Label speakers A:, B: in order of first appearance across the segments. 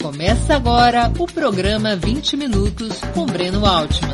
A: Começa agora o programa 20 Minutos com Breno Altman.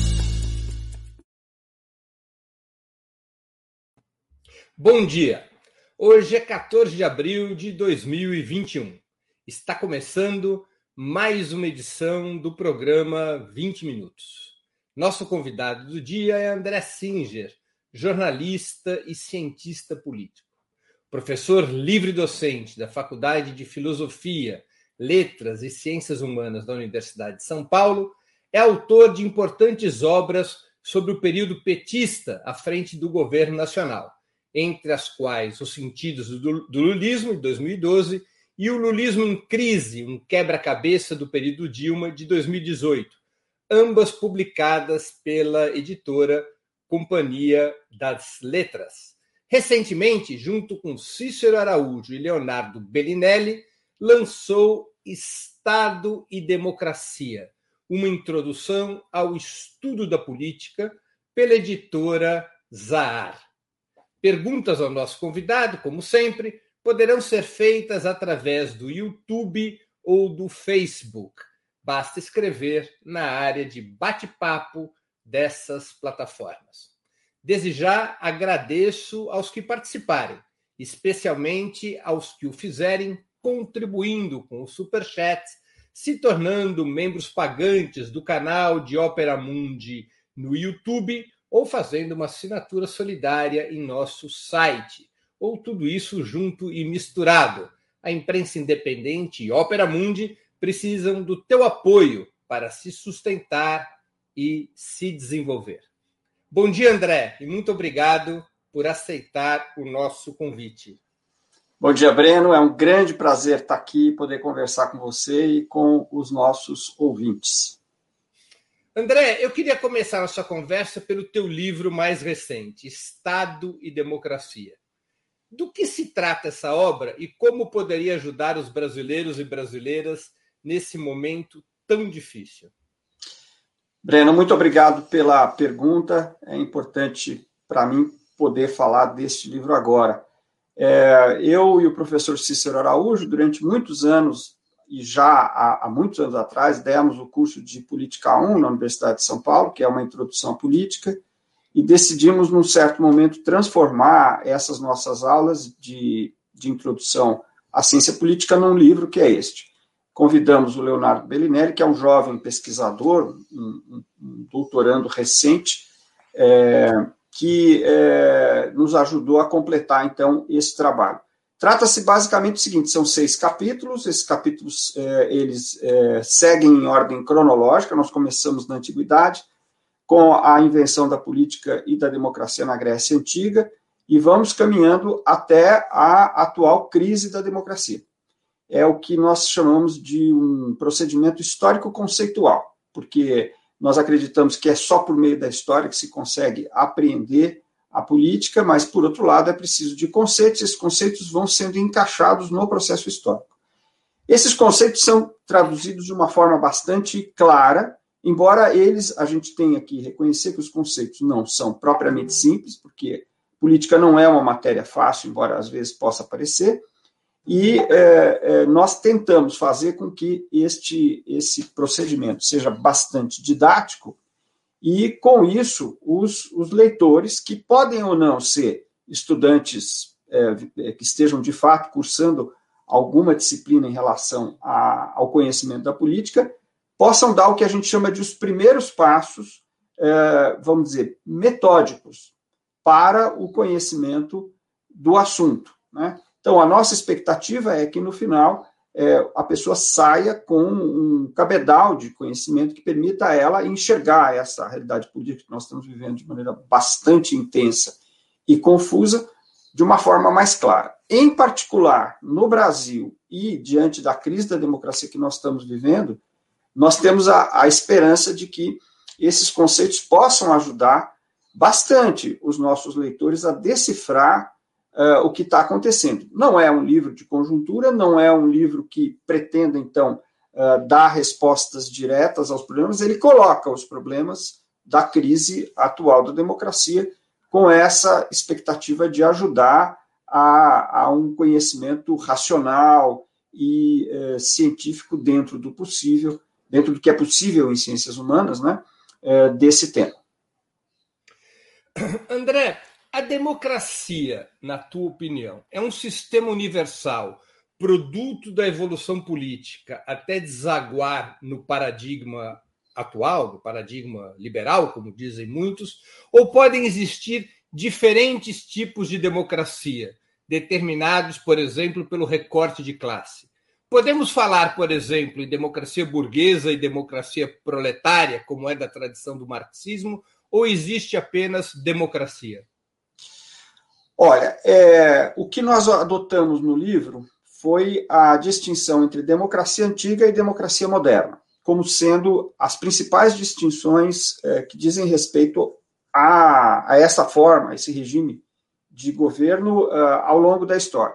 B: Bom dia! Hoje é 14 de abril de 2021. Está começando mais uma edição do programa 20 Minutos. Nosso convidado do dia é André Singer, jornalista e cientista político. Professor livre-docente da Faculdade de Filosofia, Letras e Ciências Humanas da Universidade de São Paulo, é autor de importantes obras sobre o período petista à frente do governo nacional, entre as quais Os Sentidos do Lulismo, de 2012, e O Lulismo em Crise, um quebra-cabeça do período Dilma, de 2018, ambas publicadas pela editora Companhia das Letras. Recentemente, junto com Cícero Araújo e Leonardo Bellinelli, lançou Estado e Democracia, uma introdução ao estudo da política, pela editora Zahar. Perguntas ao nosso convidado, como sempre, poderão ser feitas através do YouTube ou do Facebook. Basta escrever na área de bate-papo dessas plataformas. Desde já, agradeço aos que participarem, especialmente aos que o fizerem contribuindo com o Superchat, se tornando membros pagantes do canal de Opera Mundi no YouTube ou fazendo uma assinatura solidária em nosso site, ou tudo isso junto e misturado. A imprensa independente e Opera Mundi precisam do teu apoio para se sustentar e se desenvolver. Bom dia, André, e muito obrigado por aceitar o nosso convite.
C: Bom dia, Breno. É um grande prazer estar aqui e poder conversar com você e com os nossos ouvintes.
B: André, eu queria começar nossa conversa pelo teu livro mais recente, Estado e Democracia. Do que se trata essa obra e como poderia ajudar os brasileiros e brasileiras nesse momento tão difícil?
C: Breno, muito obrigado pela pergunta. É importante para mim poder falar deste livro agora. Eu e o professor Cícero Araújo, durante muitos anos, e já há muitos anos atrás, demos o curso de Política 1 na Universidade de São Paulo, que é uma introdução à política, e decidimos, num certo momento, transformar essas nossas aulas de introdução à ciência política num livro que é este. Convidamos o Leonardo Bellinelli, que é um jovem pesquisador, um doutorando recente, que nos ajudou a completar, então, esse trabalho. Trata-se basicamente do seguinte: são 6 capítulos, esses capítulos eles seguem em ordem cronológica. Nós começamos na Antiguidade, com a invenção da política e da democracia na Grécia Antiga, e vamos caminhando até a atual crise da democracia. É o que nós chamamos de um procedimento histórico-conceitual, porque nós acreditamos que é só por meio da história que se consegue apreender a política, mas, por outro lado, é preciso de conceitos, e esses conceitos vão sendo encaixados no processo histórico. Esses conceitos são traduzidos de uma forma bastante clara, embora a gente tenha que reconhecer que os conceitos não são propriamente simples, porque política não é uma matéria fácil, embora às vezes possa parecer, e nós tentamos fazer com que esse procedimento seja bastante didático, e, com isso, os leitores, que podem ou não ser estudantes que estejam, de fato, cursando alguma disciplina em relação ao conhecimento da política, possam dar o que a gente chama de os primeiros passos, vamos dizer, metódicos, para o conhecimento do assunto, né? Então, a nossa expectativa é que, no final, a pessoa saia com um cabedal de conhecimento que permita a ela enxergar essa realidade política que nós estamos vivendo de maneira bastante intensa e confusa, de uma forma mais clara. Em particular, no Brasil e diante da crise da democracia que nós estamos vivendo, nós temos a esperança de que esses conceitos possam ajudar bastante os nossos leitores a decifrar o que está acontecendo. Não é um livro de conjuntura, não é um livro que pretenda, então, dar respostas diretas aos problemas, ele coloca os problemas da crise atual da democracia com essa expectativa de ajudar a um conhecimento racional e científico dentro do possível, dentro do que é possível em ciências humanas, né, desse tema.
B: André, a democracia, na tua opinião, é um sistema universal, produto da evolução política, até desaguar no paradigma atual, no paradigma liberal, como dizem muitos, ou podem existir diferentes tipos de democracia, determinados, por exemplo, pelo recorte de classe? Podemos falar, por exemplo, em democracia burguesa e democracia proletária, como é da tradição do marxismo, ou existe apenas democracia?
C: Olha, o que nós adotamos no livro foi a distinção entre democracia antiga e democracia moderna, como sendo as principais distinções que dizem respeito a essa forma, a esse regime de governo ao longo da história.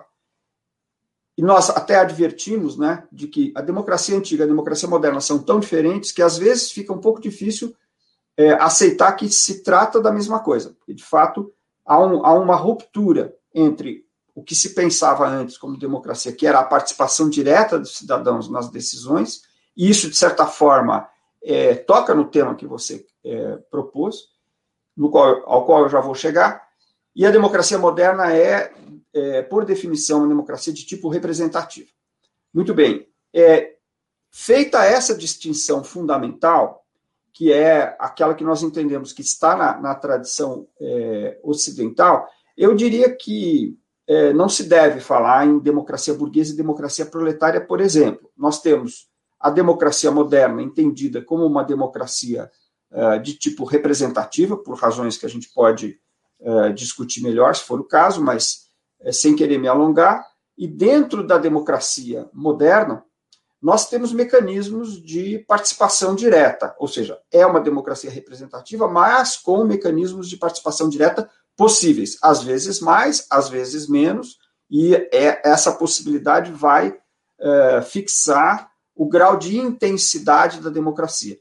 C: E nós até advertimos, né, de que a democracia antiga e a democracia moderna são tão diferentes que às vezes fica um pouco difícil aceitar que se trata da mesma coisa. Porque, de fato, há uma ruptura entre o que se pensava antes como democracia, que era a participação direta dos cidadãos nas decisões, e isso, de certa forma, toca no tema que você propôs, ao qual eu já vou chegar, e a democracia moderna por definição, uma democracia de tipo representativo. Muito bem. Feita essa distinção fundamental, que é aquela que nós entendemos que está na tradição ocidental, eu diria que não se deve falar em democracia burguesa e democracia proletária, por exemplo. Nós temos a democracia moderna entendida como uma democracia de tipo representativa, por razões que a gente pode discutir melhor, se for o caso, mas sem querer me alongar, e dentro da democracia moderna, nós temos mecanismos de participação direta, ou seja, é uma democracia representativa, mas com mecanismos de participação direta possíveis, às vezes mais, às vezes menos, e essa possibilidade vai fixar o grau de intensidade da democracia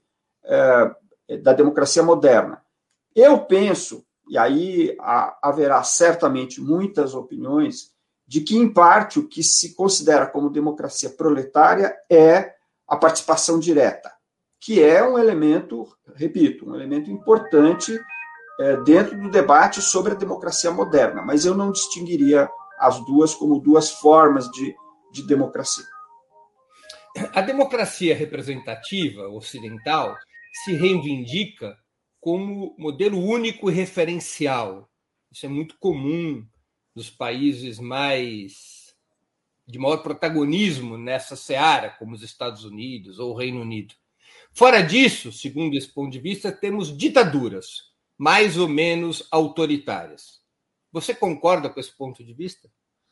C: moderna. Eu penso, e aí haverá certamente muitas opiniões, de que, em parte, o que se considera como democracia proletária é a participação direta, que é um elemento, repito, um elemento importante dentro do debate sobre a democracia moderna, mas eu não distinguiria as duas como duas formas de democracia.
B: A democracia representativa ocidental se reivindica como modelo único e referencial. Isso é muito comum nos países de maior protagonismo nessa seara, como os Estados Unidos ou o Reino Unido. Fora disso, segundo esse ponto de vista, temos ditaduras mais ou menos autoritárias. Você concorda com esse ponto de vista?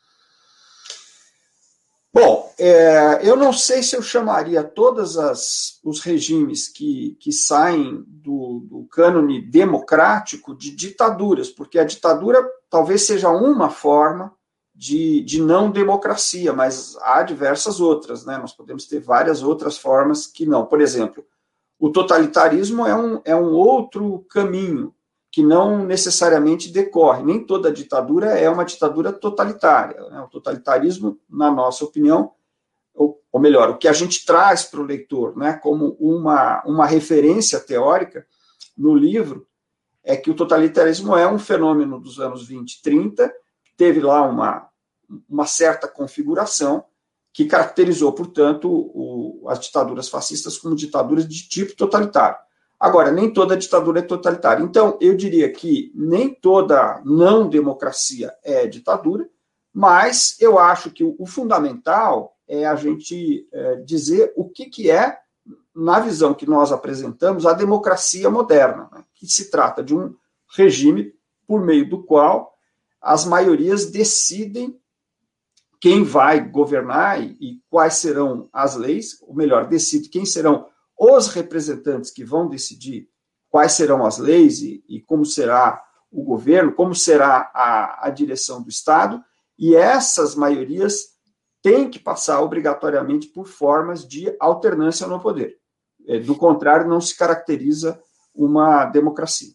C: Bom, eu não sei se eu chamaria todos os regimes que saem do cânone democrático de ditaduras, porque a ditadura talvez seja uma forma de não democracia, mas há diversas outras, né? Nós podemos ter várias outras formas que não. Por exemplo, o totalitarismo é um outro caminho que não necessariamente decorre. Nem toda ditadura é uma ditadura totalitária, né? O totalitarismo, na nossa opinião, ou melhor, o que a gente traz para o leitor, né, como uma referência teórica no livro, é que o totalitarismo é um fenômeno dos anos 20 e 30, teve lá uma certa configuração que caracterizou, portanto, as ditaduras fascistas como ditaduras de tipo totalitário. Agora, nem toda ditadura é totalitária. Então, eu diria que nem toda não democracia é ditadura, mas eu acho que o fundamental é a gente dizer o que é, na visão que nós apresentamos, a democracia moderna, né? Que se trata de um regime por meio do qual as maiorias decidem quem vai governar e quais serão as leis, ou melhor, decide quem serão os representantes que vão decidir quais serão as leis e como será o governo, como será a direção do Estado, e essas maiorias têm que passar obrigatoriamente por formas de alternância no poder. Do contrário, não se caracteriza uma democracia.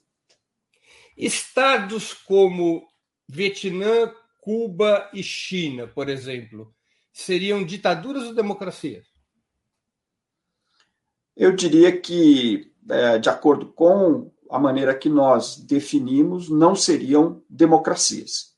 B: Estados como Vietnã, Cuba e China, por exemplo, seriam ditaduras ou democracias?
C: Eu diria que, de acordo com a maneira que nós definimos, não seriam democracias.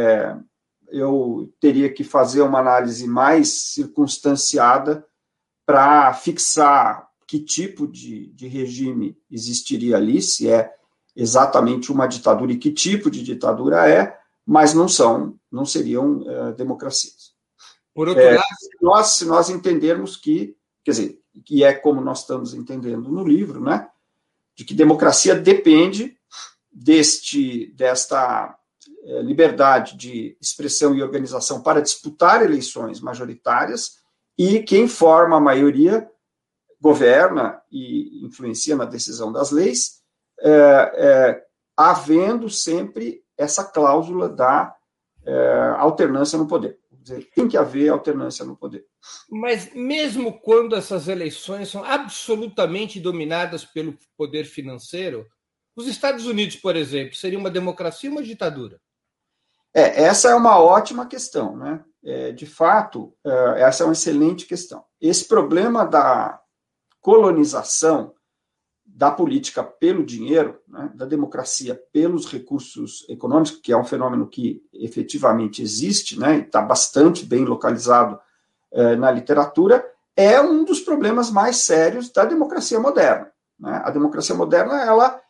C: Eu teria que fazer uma análise mais circunstanciada para fixar que tipo de regime existiria ali, se é exatamente uma ditadura e que tipo de ditadura é, mas não seriam democracias.
B: Por outro lado,
C: se nós entendermos que, quer dizer, que é como nós estamos entendendo no livro, né, de que democracia depende desta liberdade de expressão e organização para disputar eleições majoritárias, e quem forma a maioria governa e influencia na decisão das leis, havendo sempre essa cláusula da alternância no poder. Quer dizer, tem que haver alternância no poder.
B: Mas mesmo quando essas eleições são absolutamente dominadas pelo poder financeiro, os Estados Unidos, por exemplo, seria uma democracia ou uma ditadura?
C: Essa é uma ótima questão, né? De fato, essa é uma excelente questão. Esse problema da colonização da política pelo dinheiro, né, da democracia pelos recursos econômicos, que é um fenômeno que efetivamente existe, né, e está bastante bem localizado na literatura, é um dos problemas mais sérios da democracia moderna. Né? A democracia moderna ela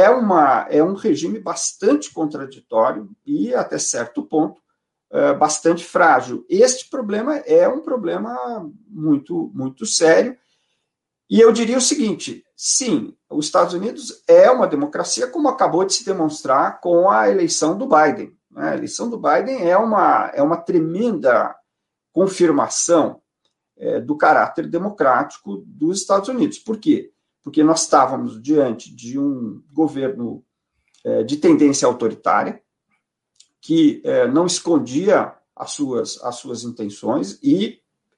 C: é um regime bastante contraditório e, até certo ponto, bastante frágil. Este problema é um problema muito, muito sério. E eu diria o seguinte: sim, os Estados Unidos é uma democracia, como acabou de se demonstrar com a eleição do Biden. Né? A eleição do Biden é uma tremenda confirmação do caráter democrático dos Estados Unidos. Por quê? Porque nós estávamos diante de um governo de tendência autoritária, que não escondia as suas intenções e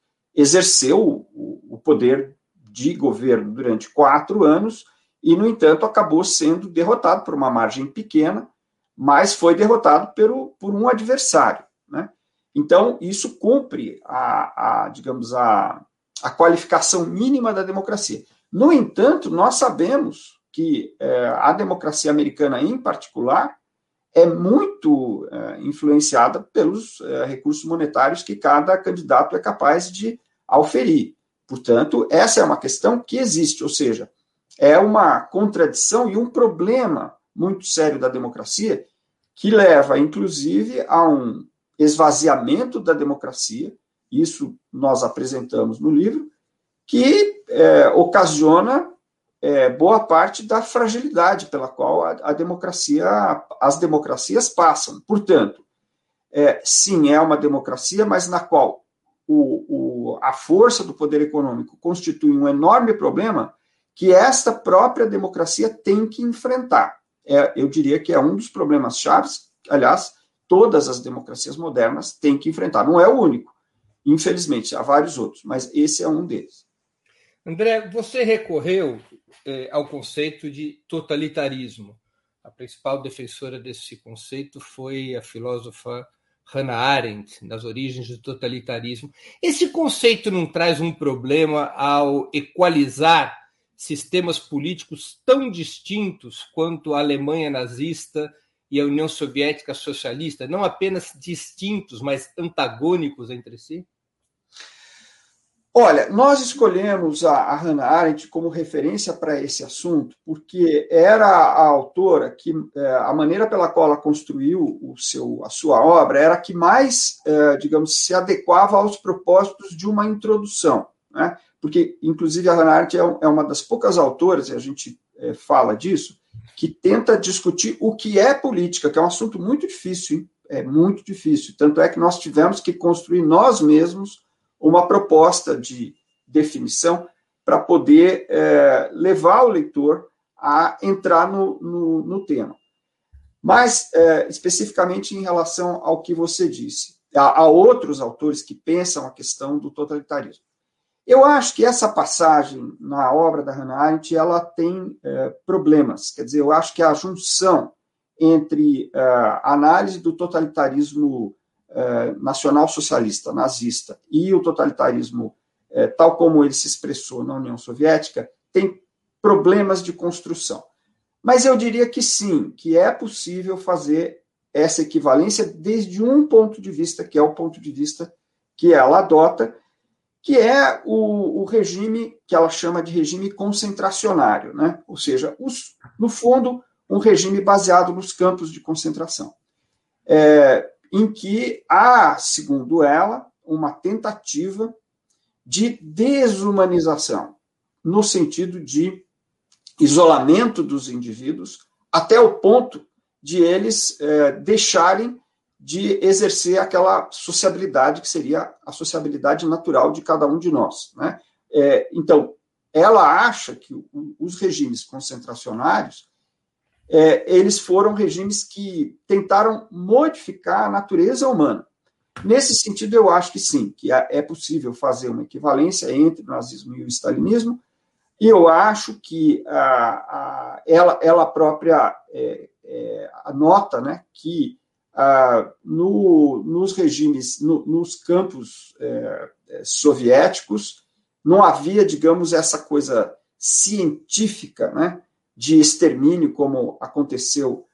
C: exerceu o poder de governo durante 4 anos e, no entanto, acabou sendo derrotado por uma margem pequena, mas foi derrotado por um adversário. Né? Então, isso cumpre digamos, a qualificação mínima da democracia. No entanto, nós sabemos que a democracia americana, em particular, é muito influenciada pelos recursos monetários que cada candidato é capaz de auferir. Portanto, essa é uma questão que existe, ou seja, é uma contradição e um problema muito sério da democracia que leva, inclusive, a um esvaziamento da democracia, isso nós apresentamos no livro, que ocasiona boa parte da fragilidade pela qual as democracias passam. Portanto, sim, é uma democracia, mas na qual a força do poder econômico constitui um enorme problema que esta própria democracia tem que enfrentar. Eu diria que é um dos problemas chaves, aliás, todas as democracias modernas têm que enfrentar. Não é o único, infelizmente, há vários outros, mas esse é um deles.
B: André, você recorreu ao conceito de totalitarismo. A principal defensora desse conceito foi a filósofa Hannah Arendt, nas origens do totalitarismo. Esse conceito não traz um problema ao equalizar sistemas políticos tão distintos quanto a Alemanha nazista e a União Soviética socialista, não apenas distintos, mas antagônicos entre si?
C: Olha, nós escolhemos a Hannah Arendt como referência para esse assunto, porque era a autora que, a maneira pela qual ela construiu a sua obra, era a que mais, digamos, se adequava aos propósitos de uma introdução. Né? Porque, inclusive, a Hannah Arendt é uma das poucas autoras, e a gente fala disso, que tenta discutir o que é política, que é um assunto muito difícil, hein? É muito difícil. Tanto é que nós tivemos que construir nós mesmos uma proposta de definição para poder levar o leitor a entrar no tema. Mas, especificamente em relação ao que você disse, há outros autores que pensam a questão do totalitarismo. Eu acho que essa passagem na obra da Hannah Arendt, ela tem problemas. Quer dizer, eu acho que a junção entre a análise do totalitarismo nacional-socialista, nazista, e o totalitarismo, tal como ele se expressou na União Soviética, tem problemas de construção. Mas eu diria que sim, que é possível fazer essa equivalência desde um ponto de vista, que é o ponto de vista que ela adota, que é o regime que ela chama de regime concentracionário, né? Ou seja, no fundo, um regime baseado nos campos de concentração, em que há, segundo ela, uma tentativa de desumanização, no sentido de isolamento dos indivíduos, até o ponto de eles deixarem de exercer aquela sociabilidade que seria a sociabilidade natural de cada um de nós, né? Então, ela acha que os regimes concentracionários eles foram regimes que tentaram modificar a natureza humana. Nesse sentido, eu acho que sim, que é possível fazer uma equivalência entre o nazismo e o stalinismo, e eu acho que ela própria anota, né, que nos regimes, nos campos soviéticos, não havia, digamos, essa coisa científica, né, de extermínio, como aconteceu,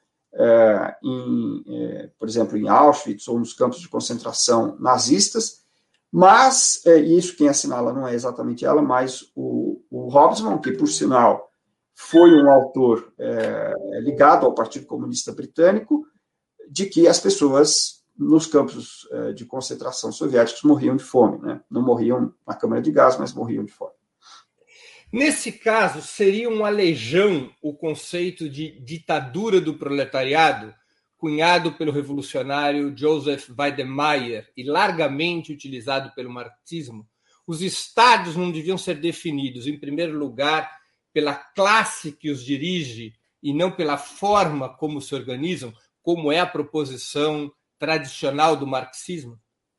C: por exemplo, em Auschwitz ou nos campos de concentração nazistas, mas, e isso quem assinala não é exatamente ela, mas o Hobsbawm, que, por sinal, foi um autor ligado ao Partido Comunista Britânico, de que as pessoas nos campos de concentração soviéticos morriam de fome, né? Não morriam na câmara de gás, mas morriam de fome.
B: Nesse caso, seria um aleijão o conceito de ditadura do proletariado, cunhado pelo revolucionário Joseph Weidenmayer e largamente utilizado pelo marxismo? Os estados não deviam ser definidos, em primeiro lugar, pela classe que os dirige e não pela forma como se organizam, como é a proposição tradicional do marxismo?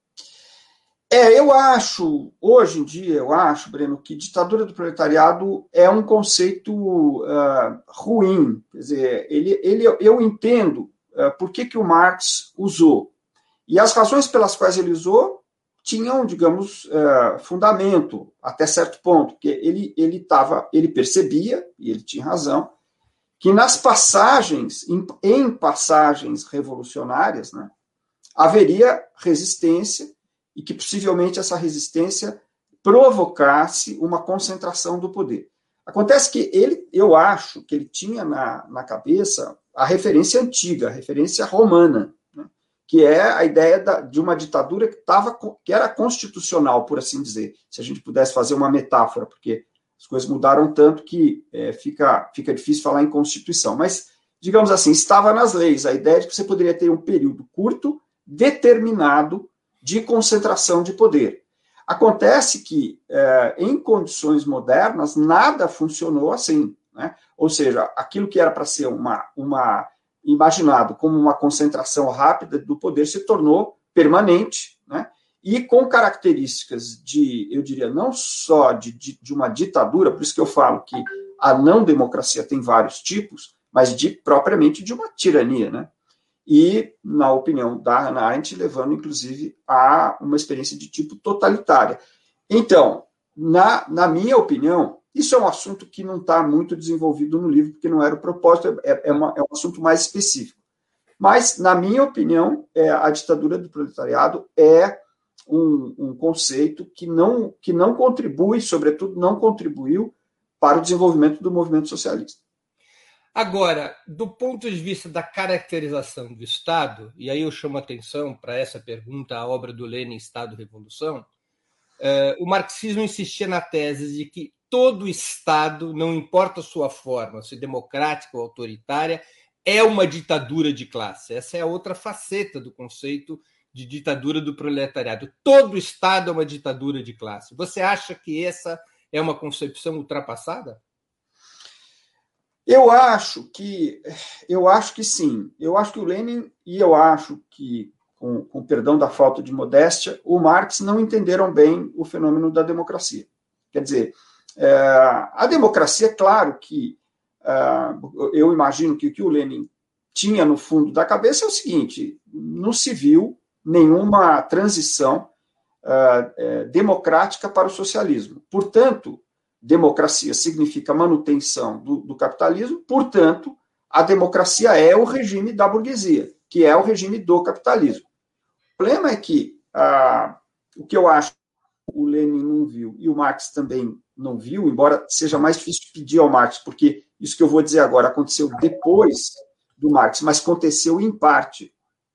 C: Eu acho, hoje em dia, Breno, que ditadura do proletariado é um conceito ruim. Quer dizer, eu entendo por que o Marx usou. E as razões pelas quais ele usou tinham, digamos, fundamento, até certo ponto, porque ele percebia, e ele tinha razão, que nas passagens, em passagens revolucionárias, né, haveria resistência, e que possivelmente essa resistência provocasse uma concentração do poder. Acontece que eu acho que ele tinha na cabeça a referência antiga, a referência romana, né, que é a ideia de uma ditadura que era constitucional, por assim dizer, se a gente pudesse fazer uma metáfora, porque as coisas mudaram tanto que fica difícil falar em Constituição. Mas, digamos assim, estava nas leis a ideia de que você poderia ter um período curto, determinado, de concentração de poder. Acontece que, em condições modernas, nada funcionou assim, né? Ou seja, aquilo que era para ser imaginado como uma concentração rápida do poder se tornou permanente, né? E com características eu diria, não só de uma ditadura, por isso que eu falo que a não democracia tem vários tipos, mas propriamente de uma tirania, né? E, na opinião da Hannah Arendt, levando, inclusive, a uma experiência de tipo totalitária. Então, na minha opinião, isso é um assunto que não está muito desenvolvido no livro, porque não era o propósito, é um assunto mais específico. Mas, na minha opinião, a ditadura do proletariado é um conceito que não contribui, sobretudo não contribuiu para o desenvolvimento do movimento socialista.
B: Agora, do ponto de vista da caracterização do Estado, e aí eu chamo a atenção para essa pergunta, a obra do Lenin, Estado e Revolução, o marxismo insistia na tese de que todo Estado, não importa a sua forma, se democrática ou autoritária, é uma ditadura de classe. Essa é a outra faceta do conceito de ditadura do proletariado. Todo Estado é uma ditadura de classe. Você acha que essa é uma concepção ultrapassada?
C: Eu acho que sim. Eu acho que o Lenin, e eu acho que, com perdão da falta de modéstia, o Marx não entenderam bem o fenômeno da democracia. Quer dizer, a democracia, claro que eu imagino que o que o Lenin tinha no fundo da cabeça é o seguinte: no civil, nenhuma transição democrática para o socialismo. Portanto, democracia significa manutenção do capitalismo, portanto, a democracia é o regime da burguesia, que é o regime do capitalismo. O problema é que o que eu acho que o Lenin não viu e o Marx também não viu, embora seja mais difícil pedir ao Marx, porque isso que eu vou dizer agora aconteceu depois do Marx, mas aconteceu em parte,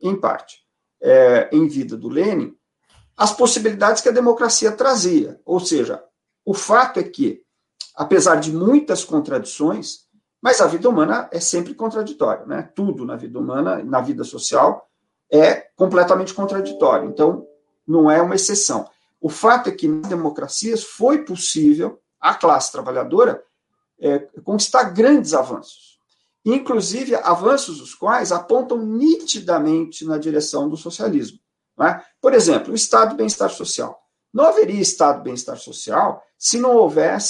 C: em vida do Lenin, as possibilidades que a democracia trazia. Ou seja, o fato é que, apesar de muitas contradições, mas a vida humana é sempre contraditória, né? Tudo na vida humana, na vida social, é completamente contraditório. Então, não é uma exceção. O fato é que nas democracias foi possível à classe trabalhadora conquistar grandes avanços, inclusive avanços os quais apontam nitidamente na direção do socialismo. Não é? Por exemplo, o Estado de Bem-Estar Social. Não haveria Estado de Bem-Estar Social se não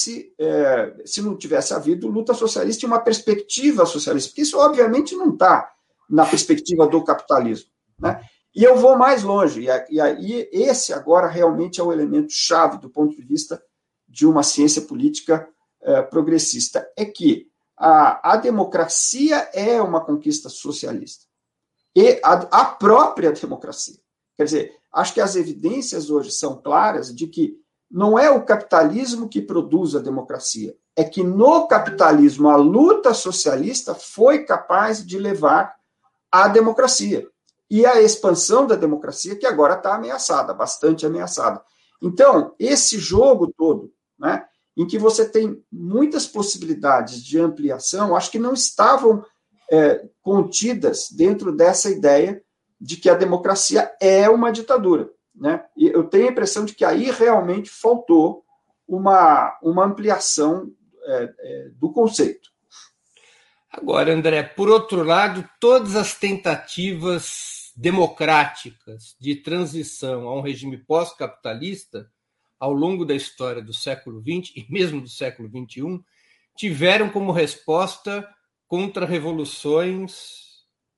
C: tivesse havido luta socialista e uma perspectiva socialista, porque isso obviamente não está na perspectiva do capitalismo. Né? E eu vou mais longe, e aí esse agora realmente é o elemento chave do ponto de vista de uma ciência política progressista, é que a democracia é uma conquista socialista. E a própria democracia. Quer dizer, acho que as evidências hoje são claras de que não é o capitalismo que produz a democracia, é que no capitalismo a luta socialista foi capaz de levar à democracia. E a expansão da democracia que agora está ameaçada, bastante ameaçada. Então, esse jogo todo, né, em que você tem muitas possibilidades de ampliação, acho que não estavam contidas dentro dessa ideia de que a democracia é uma ditadura. Né? E eu tenho a impressão de que aí realmente faltou uma ampliação do conceito.
B: Agora, André, por outro lado, todas as tentativas democráticas de transição a um regime pós-capitalista, ao longo da história do século XX e mesmo do século XXI, tiveram como resposta contra-revoluções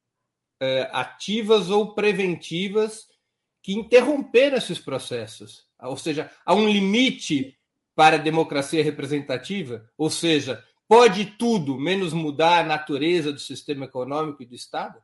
B: ativas ou preventivas que interromperam esses processos. Ou seja, há um limite para a democracia representativa, ou seja, pode tudo, menos mudar a natureza do sistema econômico e do Estado?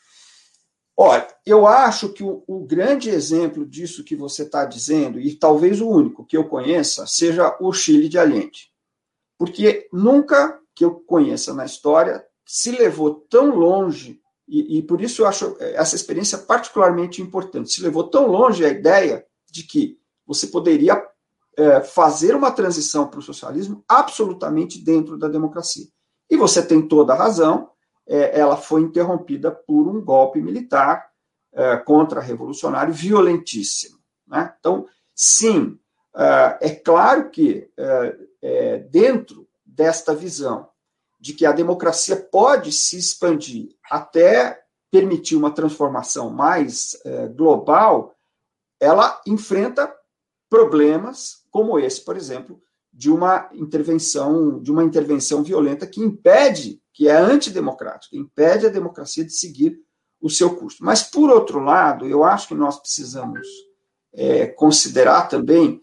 C: Olha, eu acho que o grande exemplo disso que você está dizendo, e talvez o único que eu conheça, seja o Chile de Allende. Porque nunca que eu conheça na história se levou tão longe, e por isso eu acho essa experiência particularmente importante, se levou tão longe a ideia de que você poderia fazer uma transição para o socialismo absolutamente dentro da democracia. E você tem toda a razão, ela foi interrompida por um golpe militar contra-revolucionário violentíssimo. Né? Então, sim, é claro que dentro desta visão de que a democracia pode se expandir até permitir uma transformação mais global, ela enfrenta problemas como esse, por exemplo, de uma intervenção violenta que é antidemocrática, impede a democracia de seguir o seu curso. Mas, por outro lado, eu acho que nós precisamos considerar também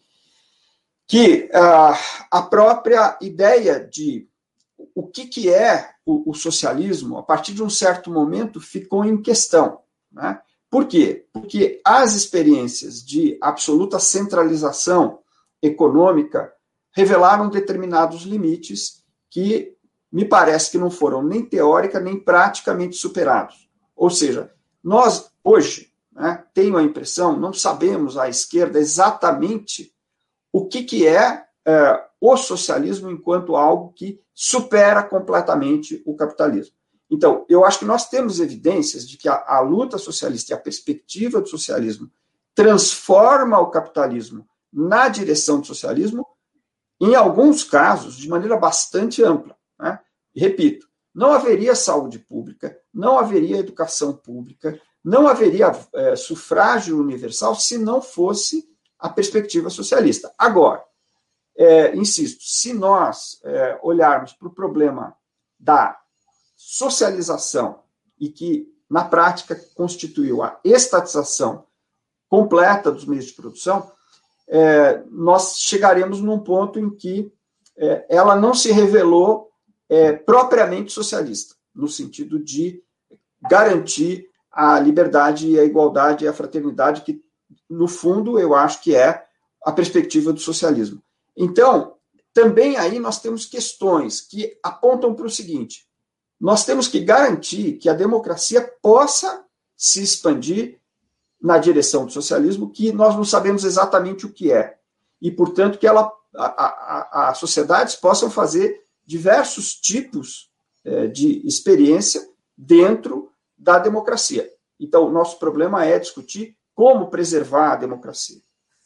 C: que a própria ideia de o que é o socialismo, a partir de um certo momento, ficou em questão. Né? Por quê? Porque as experiências de absoluta centralização econômica revelaram determinados limites que me parece que não foram nem teórica nem praticamente superados. Ou seja, nós hoje, tenho a impressão, não sabemos à esquerda exatamente o que é o socialismo enquanto algo que supera completamente o capitalismo. Então, eu acho que nós temos evidências de que a luta socialista e a perspectiva do socialismo transforma o capitalismo na direção do socialismo, em alguns casos, de maneira bastante ampla. Né? E, repito, não haveria saúde pública, não haveria educação pública, não haveria sufrágio universal se não fosse a perspectiva socialista. Agora, insisto, se nós olharmos para o problema da socialização e que, na prática, constituiu a estatização completa dos meios de produção, nós chegaremos num ponto em que ela não se revelou propriamente socialista, no sentido de garantir a liberdade e a igualdade e a fraternidade, que, no fundo, eu acho que é a perspectiva do socialismo. Então, também aí nós temos questões que apontam para o seguinte: nós temos que garantir que a democracia possa se expandir na direção do socialismo, que nós não sabemos exatamente o que é, e, portanto, que as sociedades possam fazer diversos tipos de experiência dentro da democracia. Então, o nosso problema é discutir como preservar a democracia.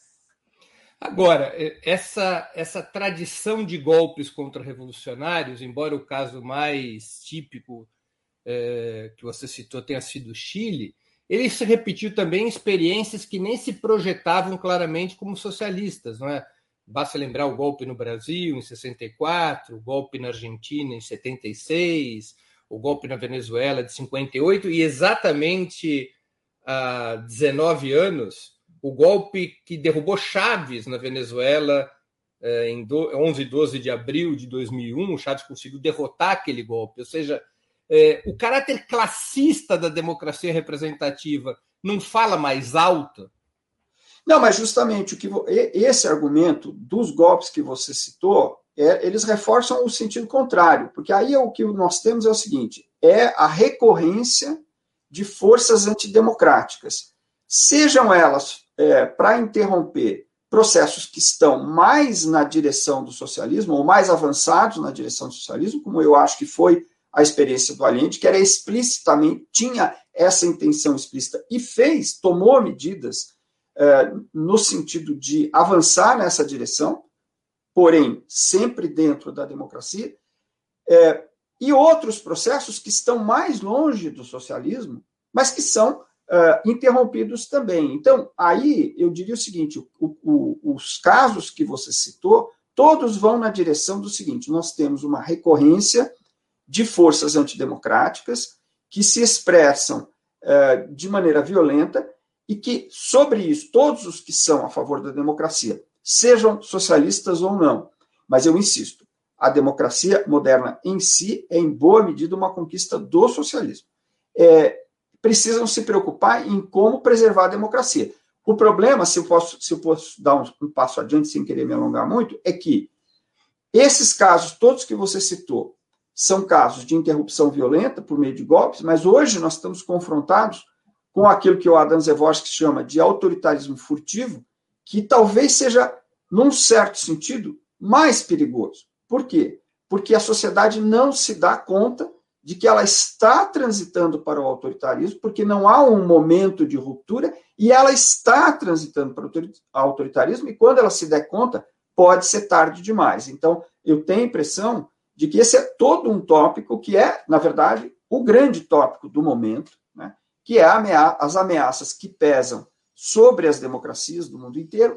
B: Agora, essa tradição de golpes contra-revolucionários, embora o caso mais típico que você citou tenha sido o Chile, ele se repetiu também em experiências que nem se projetavam claramente como socialistas, não é? Basta lembrar o golpe no Brasil, em 64, o golpe na Argentina, em 76, o golpe na Venezuela, de 58, e exatamente há 19 anos, o golpe que derrubou Chávez na Venezuela, em 11 e 12 de abril de 2001, o Chávez conseguiu derrotar aquele golpe. Ou seja, o caráter classista da democracia representativa não fala mais alto?
C: Não, mas justamente esse argumento dos golpes que você citou, eles reforçam o sentido contrário, porque aí o que nós temos é o seguinte: é a recorrência de forças antidemocráticas, sejam elas para interromper processos que estão mais na direção do socialismo, ou mais avançados na direção do socialismo, como eu acho que foi a experiência do Allende, que era explicitamente, tinha essa intenção explícita e tomou medidas no sentido de avançar nessa direção, porém sempre dentro da democracia, e outros processos que estão mais longe do socialismo, mas que são interrompidos também. Então, aí eu diria o seguinte: os casos que você citou, todos vão na direção do seguinte: nós temos uma recorrência de forças antidemocráticas que se expressam de maneira violenta e que, sobre isso, todos os que são a favor da democracia, sejam socialistas ou não, mas eu insisto, a democracia moderna em si é, em boa medida, uma conquista do socialismo. Precisam se preocupar em como preservar a democracia. O problema, se eu posso dar um passo adiante sem querer me alongar muito, é que esses casos, todos que você citou, são casos de interrupção violenta por meio de golpes, mas hoje nós estamos confrontados com aquilo que o Adam Przeworski chama de autoritarismo furtivo, que talvez seja, num certo sentido, mais perigoso. Por quê? Porque a sociedade não se dá conta de que ela está transitando para o autoritarismo, porque não há um momento de ruptura, e ela está transitando para o autoritarismo, e quando ela se der conta, pode ser tarde demais. Então, eu tenho a impressão de que esse é todo um tópico que é, na verdade, o grande tópico do momento, né, que é as ameaças que pesam sobre as democracias do mundo inteiro,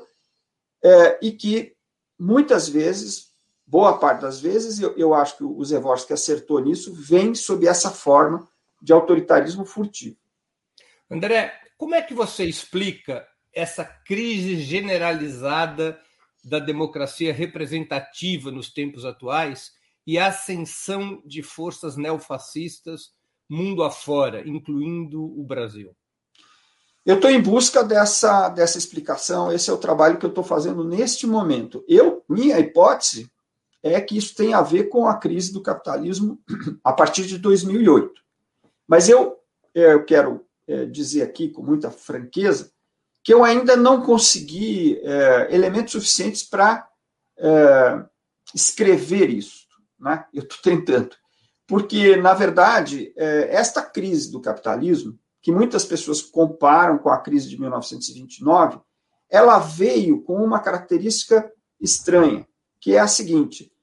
C: e que, muitas vezes, boa parte das vezes, eu acho que o Przeworski acertou nisso, vem sob essa forma de autoritarismo furtivo.
B: André, como é que você explica essa crise generalizada da democracia representativa nos tempos atuais e a ascensão de forças neofascistas mundo afora, incluindo o Brasil?
C: Eu estou em busca dessa explicação, esse é o trabalho que eu estou fazendo neste momento. Minha hipótese é que isso tem a ver com a crise do capitalismo a partir de 2008. Mas eu quero dizer aqui com muita franqueza que eu ainda não consegui elementos suficientes para escrever isso, né? Eu estou tentando. Porque, na verdade, esta crise do capitalismo, que muitas pessoas comparam com a crise de 1929, ela veio com uma característica estranha, que é a seguinte: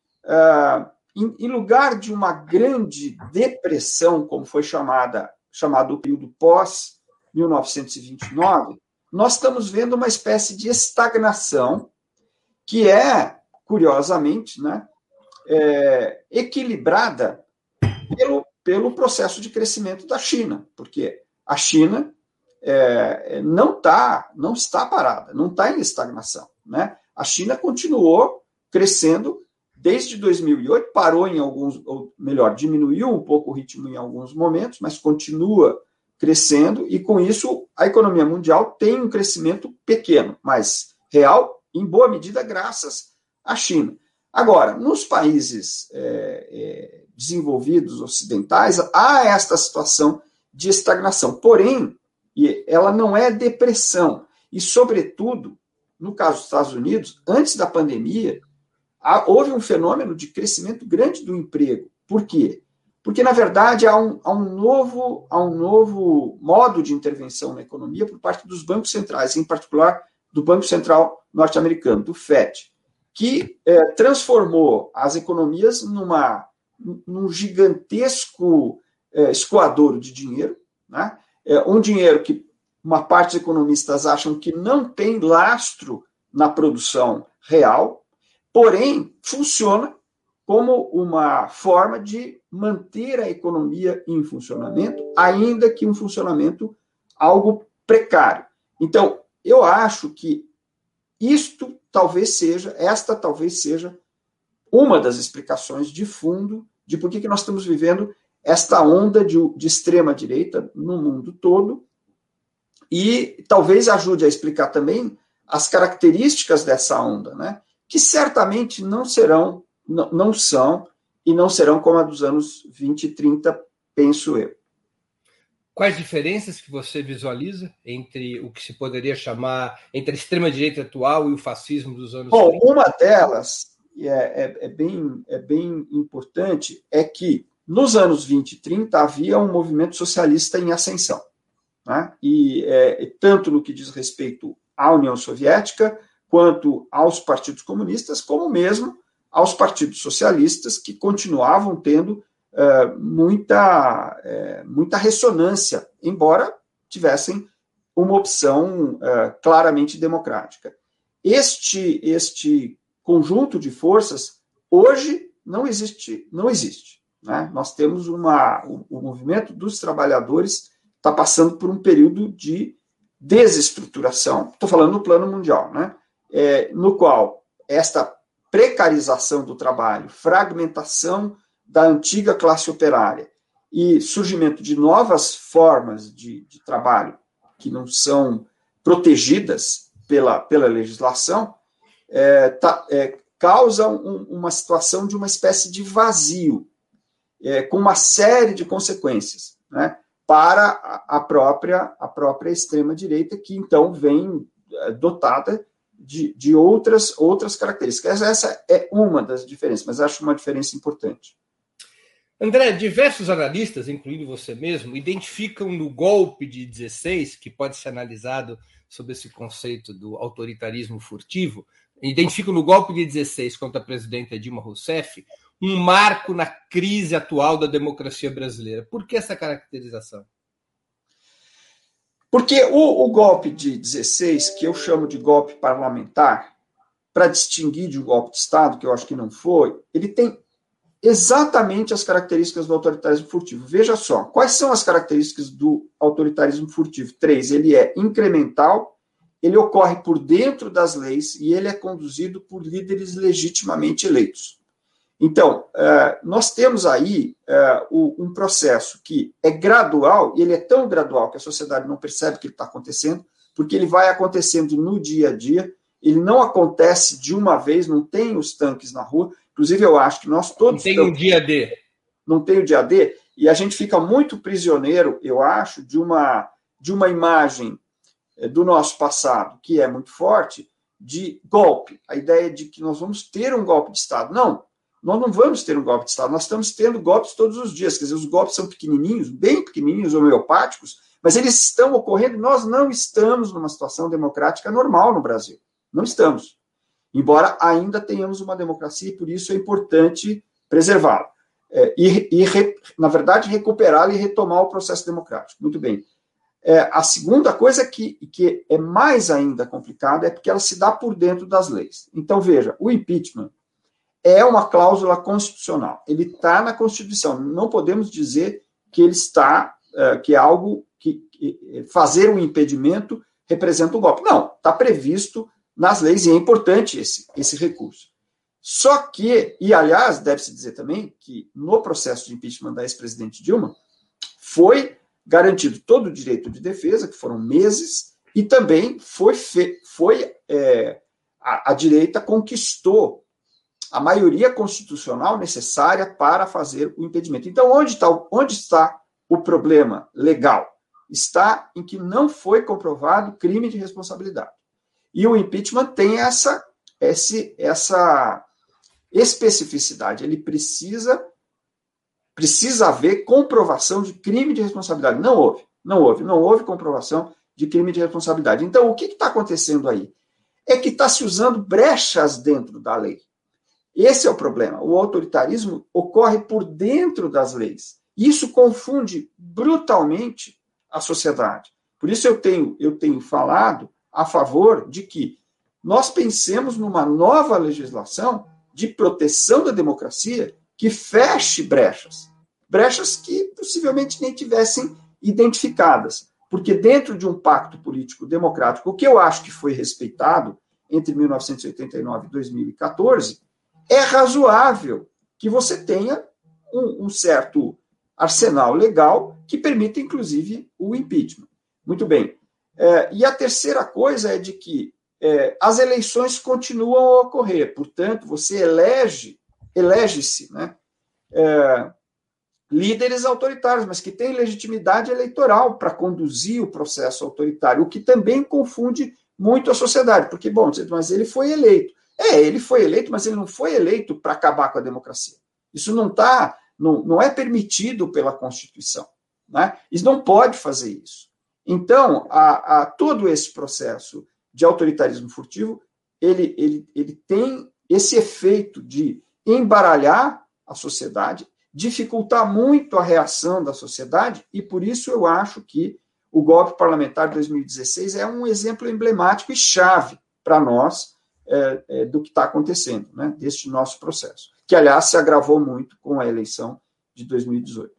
C: em lugar de uma grande depressão, como foi chamado o período pós-1929, nós estamos vendo uma espécie de estagnação que é, curiosamente, né, equilibrada pelo processo de crescimento da China, porque a China não está parada, não está em estagnação, né? A China continuou crescendo desde 2008, parou em alguns, ou melhor, diminuiu um pouco o ritmo em alguns momentos, mas continua crescendo, e com isso a economia mundial tem um crescimento pequeno, mas real, em boa medida, graças à China. Agora, nos países desenvolvidos ocidentais, há esta situação de estagnação, porém, ela não é depressão, e, sobretudo, no caso dos Estados Unidos, antes da pandemia, houve um fenômeno de crescimento grande do emprego. Por quê? Porque, na verdade, há um novo modo de intervenção na economia por parte dos bancos centrais, em particular do Banco Central norte-americano, do FED, que transformou as economias num gigantesco escoadouro de dinheiro, né? Um dinheiro que uma parte dos economistas acham que não tem lastro na produção real, porém funciona como uma forma de manter a economia em funcionamento, ainda que um funcionamento algo precário. Então, eu acho que esta talvez seja uma das explicações de fundo de por que nós estamos vivendo esta onda de extrema-direita no mundo todo, e talvez ajude a explicar também as características dessa onda, né? Que certamente não são e não serão como a dos anos 20 e 30, penso eu.
B: Quais diferenças que você visualiza entre o que se poderia chamar entre a extrema-direita atual e o fascismo dos anos 30?
C: Uma delas, é bem importante, é que nos anos 20 e 30 havia um movimento socialista em ascensão, né? E tanto no que diz respeito à União Soviética, quanto aos partidos comunistas, como mesmo aos partidos socialistas, que continuavam tendo muita ressonância, embora tivessem uma opção claramente democrática. Este conjunto de forças hoje não existe, né? Nós temos o movimento dos trabalhadores está passando por um período de desestruturação, estou falando no plano mundial, né? No qual esta precarização do trabalho, fragmentação da antiga classe operária e surgimento de novas formas de trabalho que não são protegidas pela legislação, causa uma situação de uma espécie de vazio, com uma série de consequências, né, para a própria extrema-direita, que então vem dotada de outras características. Essa é uma das diferenças, mas acho uma diferença importante.
B: André, diversos analistas, incluindo você mesmo, identificam no golpe de 16, que pode ser analisado sob esse conceito do autoritarismo furtivo, identificam no golpe de 16 contra a presidenta Dilma Rousseff um marco na crise atual da democracia brasileira. Por que essa caracterização?
C: Porque o golpe de 16, que eu chamo de golpe parlamentar, para distinguir de um golpe de Estado, que eu acho que não foi, ele tem exatamente as características do autoritarismo furtivo. Veja só, quais são as características do autoritarismo furtivo? 3, ele é incremental, ele ocorre por dentro das leis e ele é conduzido por líderes legitimamente eleitos. Então, nós temos aí um processo que é gradual, e ele é tão gradual que a sociedade não percebe que ele está acontecendo, porque ele vai acontecendo no dia a dia, ele não acontece de uma vez, não tem os tanques na rua. Inclusive, eu acho que nós todos...
B: Não tem o dia D.
C: Não tem o dia D, e a gente fica muito prisioneiro, eu acho, de uma imagem do nosso passado, que é muito forte, de golpe. A ideia de que nós vamos ter um golpe de Estado. Não, nós não vamos ter um golpe de Estado, nós estamos tendo golpes todos os dias. Quer dizer, os golpes são pequenininhos, bem pequenininhos, homeopáticos, mas eles estão ocorrendo. Nós não estamos numa situação democrática normal no Brasil. Não estamos. Embora ainda tenhamos uma democracia, e por isso é importante preservá-la. Na verdade, recuperá-la e retomar o processo democrático. Muito bem. A segunda coisa que é mais ainda complicada é porque ela se dá por dentro das leis. Então, veja, o impeachment é uma cláusula constitucional. Ele está na Constituição. Não podemos dizer que ele está, que é algo que fazer um impedimento representa um golpe. Não, está previsto nas leis e é importante esse recurso. Só que, e aliás, deve-se dizer também que no processo de impeachment da ex-presidente Dilma foi garantido todo o direito de defesa, que foram meses, e também a direita conquistou a maioria constitucional necessária para fazer o impedimento. Então, onde está o problema legal? Está em que não foi comprovado crime de responsabilidade. E o impeachment tem essa especificidade. Ele precisa haver comprovação de crime de responsabilidade. Não houve comprovação de crime de responsabilidade. Então, o que está acontecendo aí? É que está se usando brechas dentro da lei. Esse é o problema. O autoritarismo ocorre por dentro das leis. Isso confunde brutalmente a sociedade. Por isso eu tenho falado a favor de que nós pensemos numa nova legislação de proteção da democracia que feche brechas que possivelmente nem tivessem identificadas. Porque dentro de um pacto político democrático, o que eu acho que foi respeitado entre 1989 e 2014, é razoável que você tenha um certo arsenal legal que permita, inclusive, o impeachment. Muito bem. E a terceira coisa é de que as eleições continuam a ocorrer. Portanto, você elege-se, né, líderes autoritários, mas que têm legitimidade eleitoral para conduzir o processo autoritário, o que também confunde muito a sociedade, porque, bom, mas ele foi eleito. Ele foi eleito, mas ele não foi eleito para acabar com a democracia. Isso não é permitido pela Constituição, né? Isso não pode fazer isso. Então, todo esse processo de autoritarismo furtivo, ele tem esse efeito de embaralhar a sociedade, dificultar muito a reação da sociedade, e por isso eu acho que o golpe parlamentar de 2016 é um exemplo emblemático e chave para nós do que está acontecendo, né, deste nosso processo, que, aliás, se agravou muito com a eleição de 2018.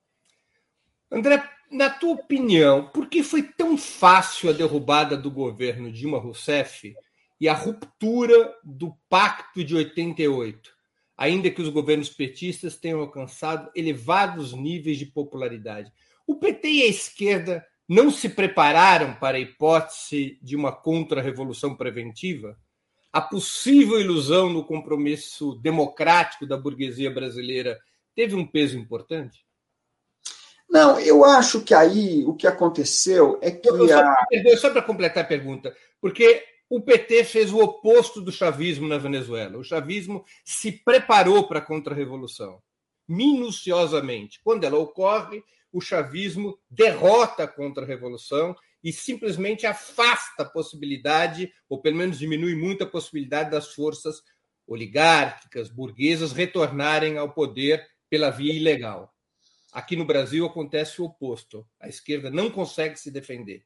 B: André, na tua opinião, por que foi tão fácil a derrubada do governo Dilma Rousseff e a ruptura do Pacto de 88, ainda que os governos petistas tenham alcançado elevados níveis de popularidade? O PT e a esquerda não se prepararam para a hipótese de uma contra-revolução preventiva? A possível ilusão no compromisso democrático da burguesia brasileira teve um peso importante?
C: Não, eu acho que aí o que aconteceu é que...
B: Só para completar a pergunta, porque o PT fez o oposto do chavismo na Venezuela. O chavismo se preparou para a contra-revolução, minuciosamente. Quando ela ocorre, o chavismo derrota a contra-revolução e simplesmente afasta a possibilidade, ou pelo menos diminui muito a possibilidade das forças oligárquicas, burguesas, retornarem ao poder pela via ilegal. Aqui no Brasil acontece o oposto. A esquerda não consegue se defender.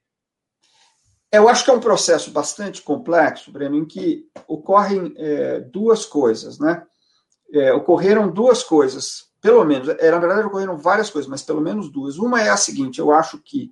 C: Eu acho que é um processo bastante complexo, Breno, em que ocorrem duas coisas, né? Ocorreram duas coisas, pelo menos. Na verdade, ocorreram várias coisas, mas pelo menos duas. Uma é a seguinte: eu acho que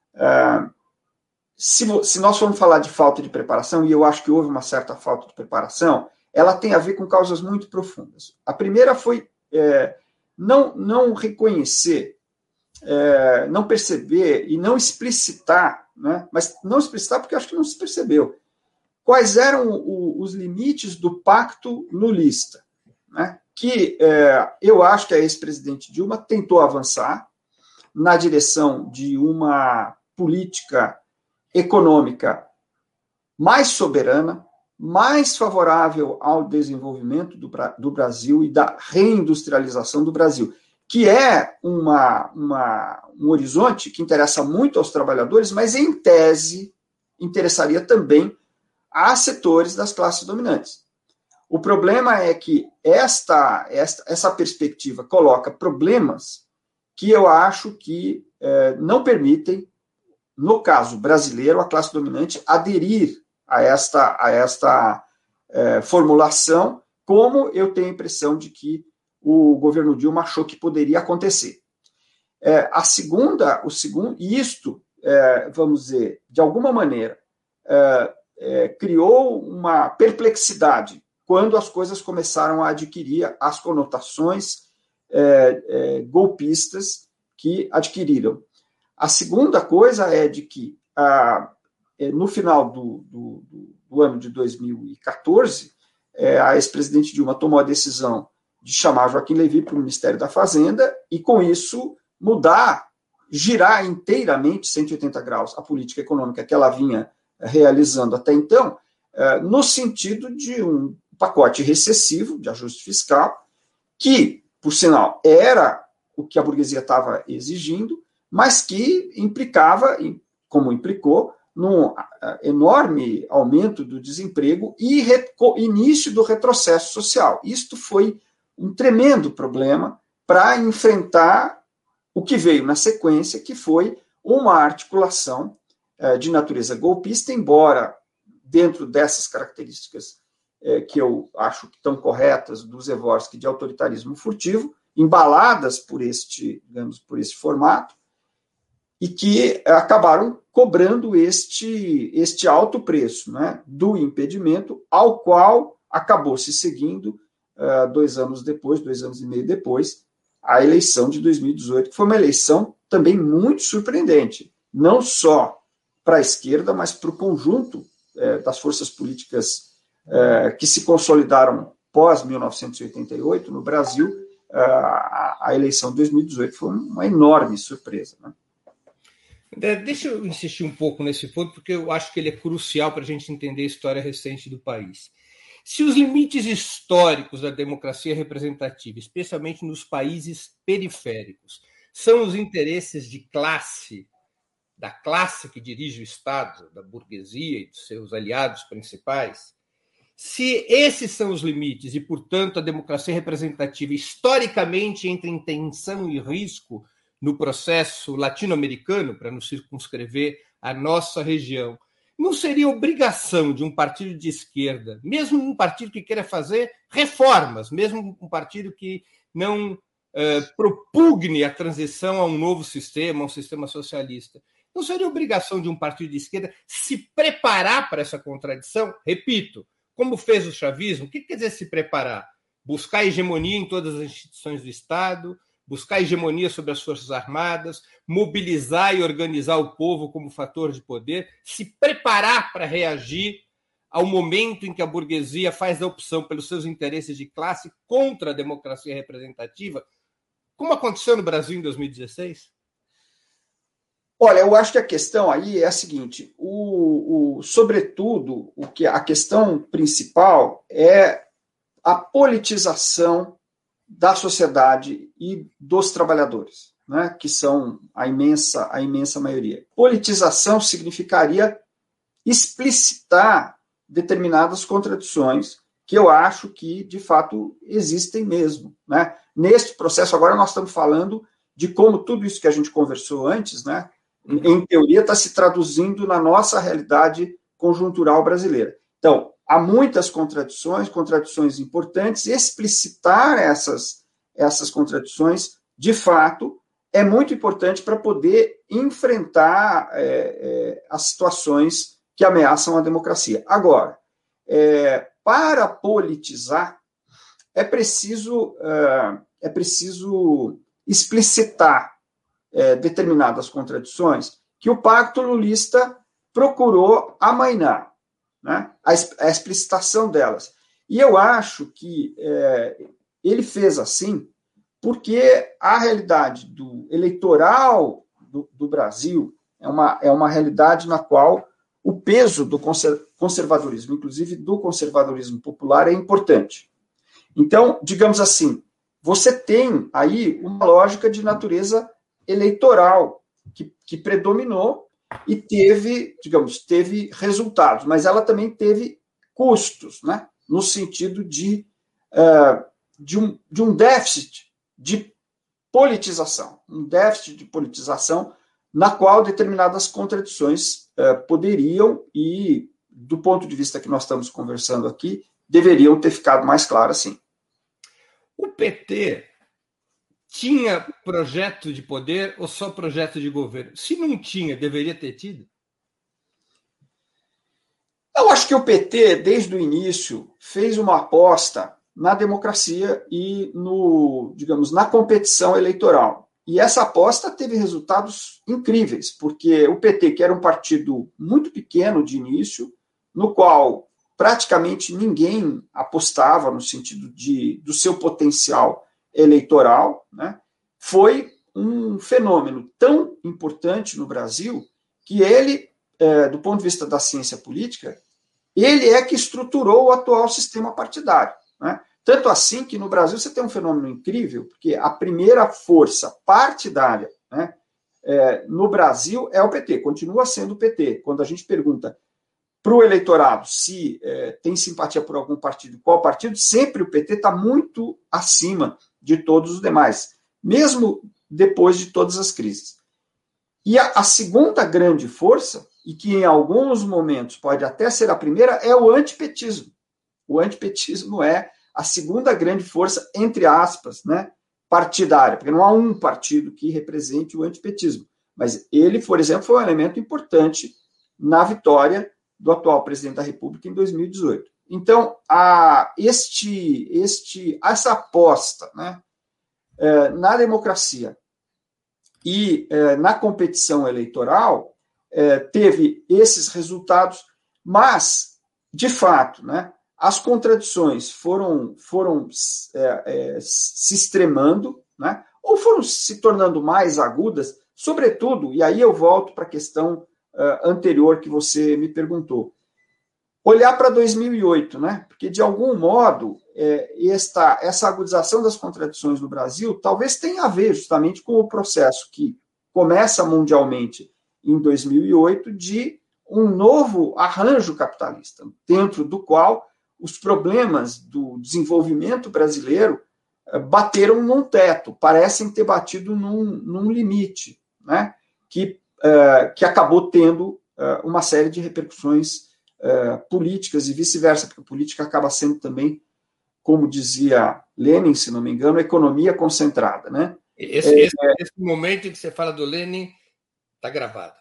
C: se nós formos falar de falta de preparação, e eu acho que houve uma certa falta de preparação, ela tem a ver com causas muito profundas. A primeira foi não reconhecer, não perceber e não explicitar, né? Mas não explicitar porque eu acho que não se percebeu quais eram os limites do pacto lulista, né? Que eu acho que a ex-presidente Dilma tentou avançar na direção de uma política econômica mais soberana, mais favorável ao desenvolvimento do Brasil e da reindustrialização do Brasil, que é um horizonte que interessa muito aos trabalhadores, mas, em tese, interessaria também a setores das classes dominantes. O problema é que essa perspectiva coloca problemas que eu acho que não permitem, no caso brasileiro, a classe dominante aderir a esta formulação, como eu tenho a impressão de que o governo Dilma achou que poderia acontecer. Vamos dizer, de alguma maneira, criou uma perplexidade quando as coisas começaram a adquirir as conotações golpistas que adquiriram. A segunda coisa é de que, no final do ano de 2014, a ex-presidente Dilma tomou a decisão de chamar Joaquim Levy para o Ministério da Fazenda e, com isso, girar inteiramente 180 graus a política econômica que ela vinha realizando até então, no sentido de um pacote recessivo de ajuste fiscal, que, por sinal, era o que a burguesia estava exigindo, mas que implicava, como implicou, num enorme aumento do desemprego e início do retrocesso social. Isto foi um tremendo problema para enfrentar o que veio na sequência, que foi uma articulação de natureza golpista, embora dentro dessas características que eu acho que estão corretas do Prgorzhiny de autoritarismo furtivo, embaladas por este formato, e que acabaram cobrando este alto preço, né, do impedimento, ao qual acabou se seguindo 2 anos e meio depois, a eleição de 2018, que foi uma eleição também muito surpreendente, não só para a esquerda, mas para o conjunto das forças políticas que se consolidaram pós-1988 no Brasil. A eleição de 2018 foi uma enorme surpresa, né?
B: Deixa eu insistir um pouco nesse ponto, porque eu acho que ele é crucial para a gente entender a história recente do país. Se os limites históricos da democracia representativa, especialmente nos países periféricos, são os interesses de classe, da classe que dirige o Estado, da burguesia e dos seus aliados principais, se esses são os limites e, portanto, a democracia representativa historicamente entra em tensão e risco no processo latino-americano, para nos circunscrever a nossa região, não seria obrigação de um partido de esquerda, mesmo um partido que queira fazer reformas, mesmo um partido que não propugne a transição a um novo sistema, a um sistema socialista, não seria obrigação de um partido de esquerda se preparar para essa contradição? Repito, como fez o chavismo, o que quer dizer se preparar? Buscar hegemonia em todas as instituições do Estado, buscar hegemonia sobre as Forças Armadas, mobilizar e organizar o povo como fator de poder, se preparar para reagir ao momento em que a burguesia faz a opção pelos seus interesses de classe contra a democracia representativa, como aconteceu no Brasil em 2016?
C: Olha, eu acho que a questão aí é a seguinte, sobretudo, a questão principal é a politização da sociedade e dos trabalhadores, né, que são a imensa maioria. Politização significaria explicitar determinadas contradições que eu acho que, de fato, existem mesmo, né? Neste processo, agora nós estamos falando de como tudo isso que a gente conversou antes, né, em teoria, está se traduzindo na nossa realidade conjuntural brasileira. Então, há muitas contradições importantes, explicitar essas contradições, de fato, é muito importante para poder enfrentar as situações que ameaçam a democracia. Agora, para politizar, é preciso explicitar determinadas contradições que o Pacto Lulista procurou amainar, né, a explicitação delas. E eu acho que ele fez assim porque a realidade do eleitoral do Brasil é uma realidade na qual o peso do conservadorismo, inclusive do conservadorismo popular, é importante. Então, digamos assim, você tem aí uma lógica de natureza eleitoral que predominou e teve resultados, mas ela também teve custos, né, no sentido de um déficit de politização, na qual determinadas contradições poderiam e, do ponto de vista que nós estamos conversando aqui, deveriam ter ficado mais claras, sim.
B: O PT tinha projeto de poder ou só projeto de governo? Se não tinha, deveria ter tido?
C: Eu acho que o PT, desde o início, fez uma aposta na democracia e digamos, na competição eleitoral. E essa aposta teve resultados incríveis, porque o PT, que era um partido muito pequeno de início, no qual praticamente ninguém apostava no sentido do seu potencial eleitoral, né, foi um fenômeno tão importante no Brasil que ele, do ponto de vista da ciência política, ele é que estruturou o atual sistema partidário. Né? Tanto assim que no Brasil você tem um fenômeno incrível, porque a primeira força partidária, né, no Brasil é o PT, continua sendo o PT. Quando a gente pergunta para o eleitorado se tem simpatia por algum partido, qual partido, sempre o PT está muito acima de todos os demais, mesmo depois de todas as crises. E a segunda grande força, e que em alguns momentos pode até ser a primeira, é o antipetismo. O antipetismo é a segunda grande força, entre aspas, né, partidária, porque não há um partido que represente o antipetismo. Mas ele, por exemplo, foi um elemento importante na vitória do atual presidente da República em 2018. Então, essa aposta, né, na democracia e na competição eleitoral teve esses resultados, mas, de fato, né, as contradições foram se extremando, né, ou foram se tornando mais agudas, sobretudo, e aí eu volto para a questão anterior que você me perguntou, olhar para 2008, né, porque, de algum modo, essa agudização das contradições no Brasil talvez tenha a ver justamente com o processo que começa mundialmente em 2008 de um novo arranjo capitalista, dentro do qual os problemas do desenvolvimento brasileiro bateram num teto, parecem ter batido num limite, né, que acabou tendo uma série de repercussões políticas e vice-versa, porque a política acaba sendo também, como dizia Lenin, se não me engano, economia concentrada, né?
B: Esse momento em que você fala do Lenin está gravado.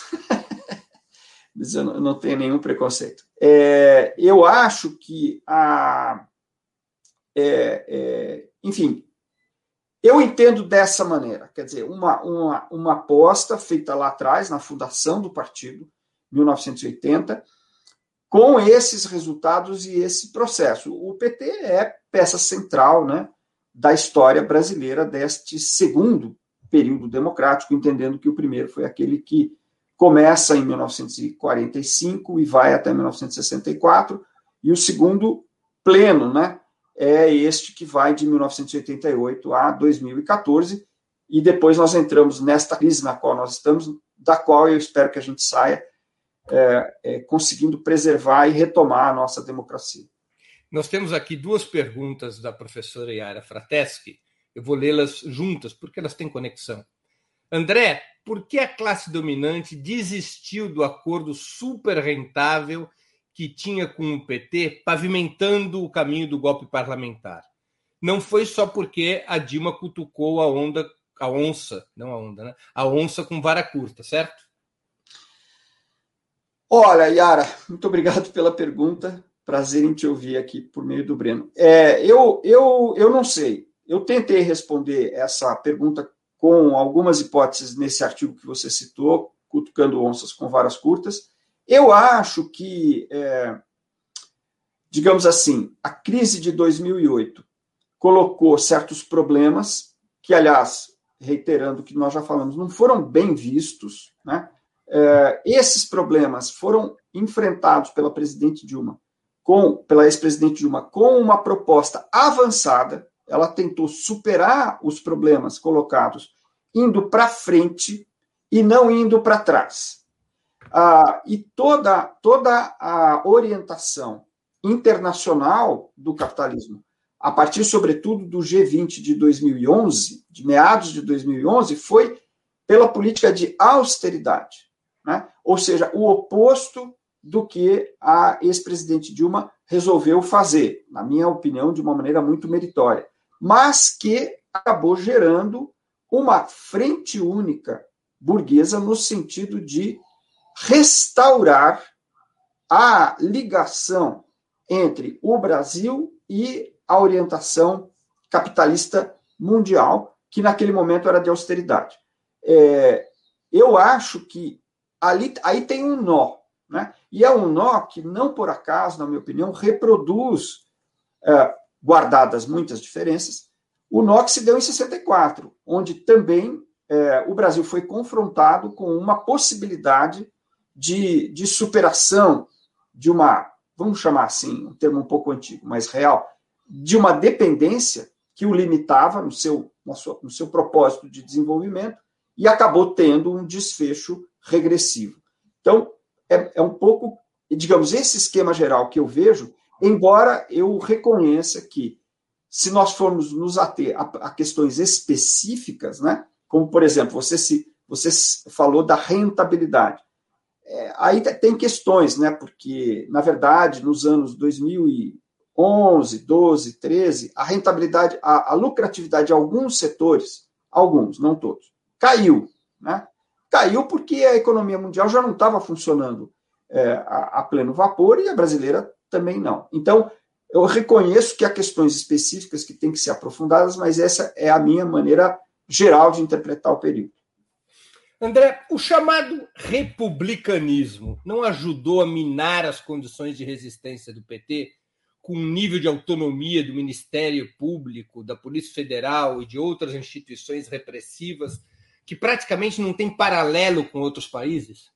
C: Mas eu não tenho nenhum preconceito. Eu acho que enfim, eu entendo dessa maneira, quer dizer, uma aposta feita lá atrás, na fundação do partido, 1980, com esses resultados e esse processo. O PT é peça central, né, da história brasileira deste segundo período democrático, entendendo que o primeiro foi aquele que começa em 1945 e vai até 1964, e o segundo pleno, né, é este que vai de 1988 a 2014, e depois nós entramos nesta crise na qual nós estamos, da qual eu espero que a gente saia conseguindo preservar e retomar a nossa democracia.
B: Nós temos aqui duas perguntas da professora Yara Frateschi. Eu vou lê-las juntas, porque elas têm conexão. André, por que a classe dominante desistiu do acordo super rentável que tinha com o PT, pavimentando o caminho do golpe parlamentar? Não foi só porque a Dilma cutucou a onça com vara curta, certo?
C: Olha, Yara, muito obrigado pela pergunta. Prazer em te ouvir aqui por meio do Breno. Eu não sei. Eu tentei responder essa pergunta com algumas hipóteses nesse artigo que você citou, cutucando onças com varas curtas. Eu acho que, digamos assim, a crise de 2008 colocou certos problemas que, aliás, reiterando o que nós já falamos, não foram bem vistos, né? Esses problemas foram enfrentados pela ex-presidente Dilma com uma proposta avançada. Ela tentou superar os problemas colocados indo para frente e não indo para trás. E toda a orientação internacional do capitalismo, a partir, sobretudo, do G20 de 2011, de meados de 2011, foi pela política de austeridade, né? Ou seja, o oposto do que a ex-presidente Dilma resolveu fazer, na minha opinião, de uma maneira muito meritória, mas que acabou gerando uma frente única burguesa no sentido de restaurar a ligação entre o Brasil e a orientação capitalista mundial, que naquele momento era de austeridade. Eu acho que aí tem um nó, né? E é um nó que, não por acaso, na minha opinião, reproduz, guardadas muitas diferenças, o nó que se deu em 64, onde também o Brasil foi confrontado com uma possibilidade de superação de uma, vamos chamar assim, um termo um pouco antigo, mas real, de uma dependência que o limitava no seu propósito de desenvolvimento e acabou tendo um desfecho regressivo. Então, é um pouco, digamos, esse esquema geral que eu vejo, embora eu reconheça que, se nós formos nos ater a questões específicas, né, como, por exemplo, você falou da rentabilidade. Aí tem questões, né, porque, na verdade, nos anos 2011, 12, 13, a rentabilidade, a lucratividade de alguns setores, alguns, não todos, caiu, né? Caiu porque a economia mundial já não estava funcionando a pleno vapor e a brasileira também não. Então, eu reconheço que há questões específicas que têm que ser aprofundadas, mas essa é a minha maneira geral de interpretar o período.
B: André, o chamado republicanismo não ajudou a minar as condições de resistência do PT, com um nível de autonomia do Ministério Público, da Polícia Federal e de outras instituições repressivas que praticamente não tem paralelo com outros países?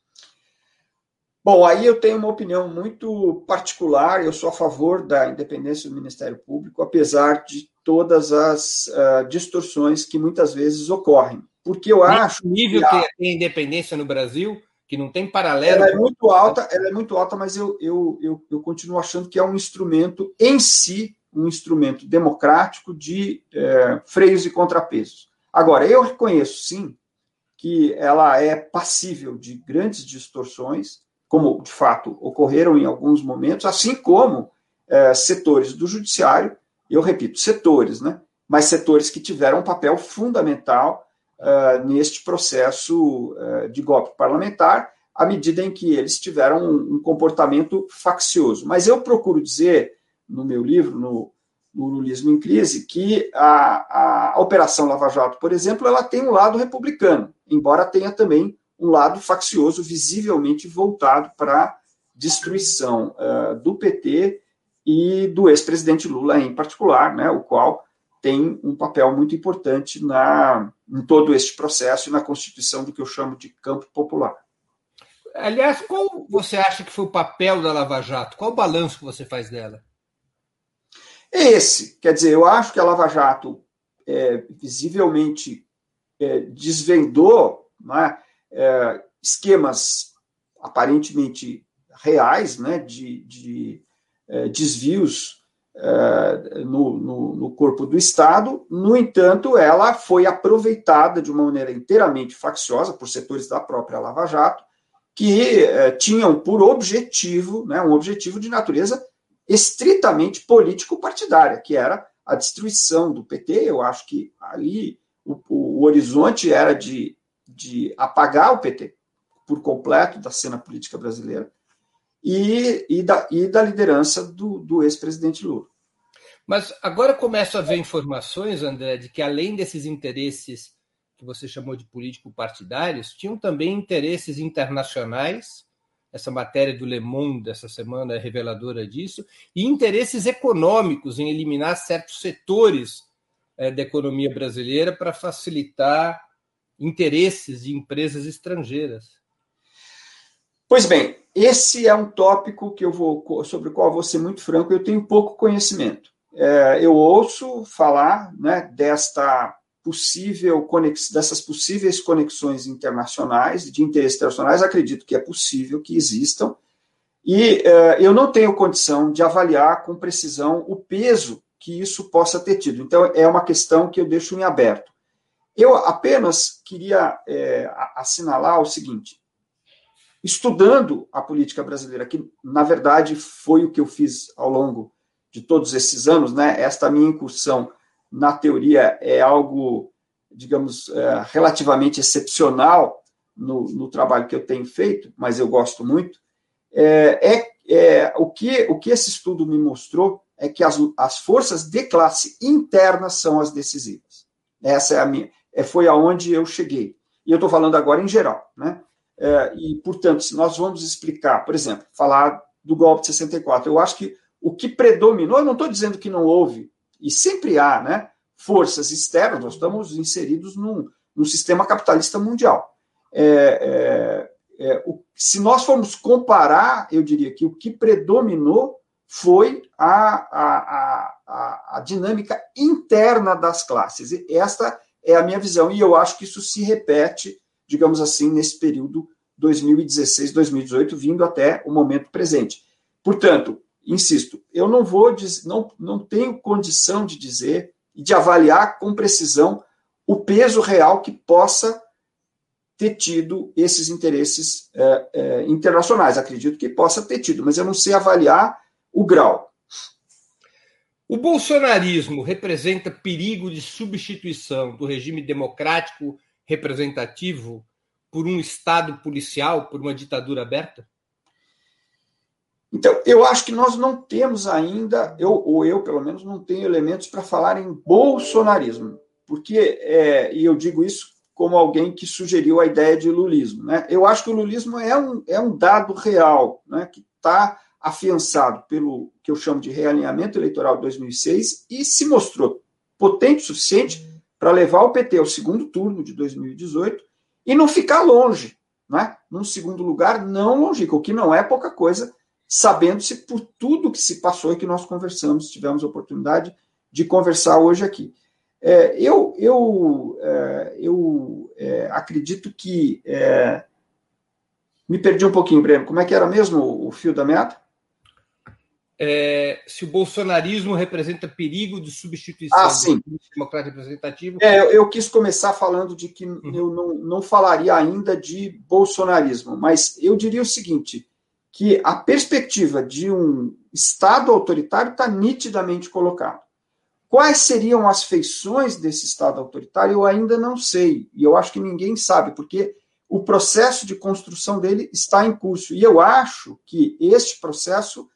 C: Bom, aí eu tenho uma opinião muito particular. Eu sou a favor da independência do Ministério Público, apesar de todas as distorções que muitas vezes ocorrem. Porque eu acho...
B: nível que tem a independência no Brasil, que não tem paralelo...
C: Ela é muito alta, mas eu continuo achando que é um instrumento em si, um instrumento democrático de freios e contrapesos. Agora, eu reconheço, sim, que ela é passível de grandes distorções, como, de fato, ocorreram em alguns momentos, assim como setores do judiciário, eu repito, setores, né? Mas setores que tiveram um papel fundamental neste processo de golpe parlamentar, à medida em que eles tiveram um comportamento faccioso. Mas eu procuro dizer, no meu livro, no Lulismo em Crise, que a Operação Lava Jato, por exemplo, ela tem um lado republicano, embora tenha também um lado faccioso visivelmente voltado para a destruição do PT e do ex-presidente Lula em particular, né, o qual tem um papel muito importante em todo este processo e na constituição do que eu chamo de campo popular.
B: Aliás, qual você acha que foi o papel da Lava Jato? Qual o balanço que você faz dela?
C: Esse, quer dizer, eu acho que a Lava Jato visivelmente desvendou, né, esquemas aparentemente reais, né, de desvios no corpo do Estado. No entanto, ela foi aproveitada de uma maneira inteiramente facciosa por setores da própria Lava Jato, que tinham por objetivo, né, um objetivo de natureza estritamente político-partidária, que era a destruição do PT. Eu acho que ali o horizonte era de apagar o PT por completo da cena política brasileira e da liderança do ex-presidente Lula.
B: Mas agora começo a ver informações, André, de que além desses interesses que você chamou de político-partidários, tinham também interesses internacionais. Essa matéria do Le Monde dessa semana é reveladora disso, e interesses econômicos em eliminar certos setores da economia brasileira para facilitar interesses de empresas estrangeiras.
C: Pois bem, esse é um tópico sobre o qual eu vou ser muito franco, eu tenho pouco conhecimento. Eu ouço falar, né, dessas possíveis conexões internacionais, de interesses internacionais, acredito que é possível que existam, e eu não tenho condição de avaliar com precisão o peso que isso possa ter tido. Então, é uma questão que eu deixo em aberto. Eu apenas queria assinalar o seguinte: estudando a política brasileira, que, na verdade, foi o que eu fiz ao longo de todos esses anos, né, esta minha incursão na teoria, é algo, digamos, relativamente excepcional no trabalho que eu tenho feito, mas eu gosto muito, o que esse estudo me mostrou é que as forças de classe internas são as decisivas. Essa é a minha, foi aonde eu cheguei. E eu estou falando agora em geral, né? E, portanto, se nós vamos explicar, por exemplo, falar do golpe de 64, eu acho que o que predominou, eu não estou dizendo que não houve, e sempre há, né, forças externas, nós estamos inseridos num sistema capitalista mundial. Se nós formos comparar, eu diria que o que predominou foi a dinâmica interna das classes. E esta é a minha visão, e eu acho que isso se repete, digamos assim, nesse período 2016, 2018, vindo até o momento presente. Portanto, insisto, eu não tenho condição de dizer e de avaliar com precisão o peso real que possa ter tido esses interesses internacionais. Acredito que possa ter tido, mas eu não sei avaliar o grau.
B: O bolsonarismo representa perigo de substituição do regime democrático representativo por um Estado policial, por uma ditadura aberta?
C: Então, eu acho que nós não temos ainda, eu pelo menos não tenho elementos para falar em bolsonarismo, porque, e eu digo isso como alguém que sugeriu a ideia de lulismo, né? Eu acho que o lulismo é um dado real, né, que está afiançado pelo que eu chamo de realinhamento eleitoral de 2006 e se mostrou potente o suficiente para levar o PT ao segundo turno de 2018 e não ficar longe, né? Num segundo lugar não longínquo, o que não é pouca coisa, sabendo-se por tudo que se passou e que nós conversamos, tivemos a oportunidade de conversar hoje aqui. Eu acredito que... me perdi um pouquinho, Breno. Como é que era mesmo o fio da meada?
B: Se o bolsonarismo representa perigo de substituição
C: sim.
B: do democrático representativo...
C: Eu quis começar falando de que eu não falaria ainda de bolsonarismo, mas eu diria o seguinte, que a perspectiva de um Estado autoritário está nitidamente colocada. Quais seriam as feições desse Estado autoritário, eu ainda não sei, e eu acho que ninguém sabe, porque o processo de construção dele está em curso, e eu acho que este processo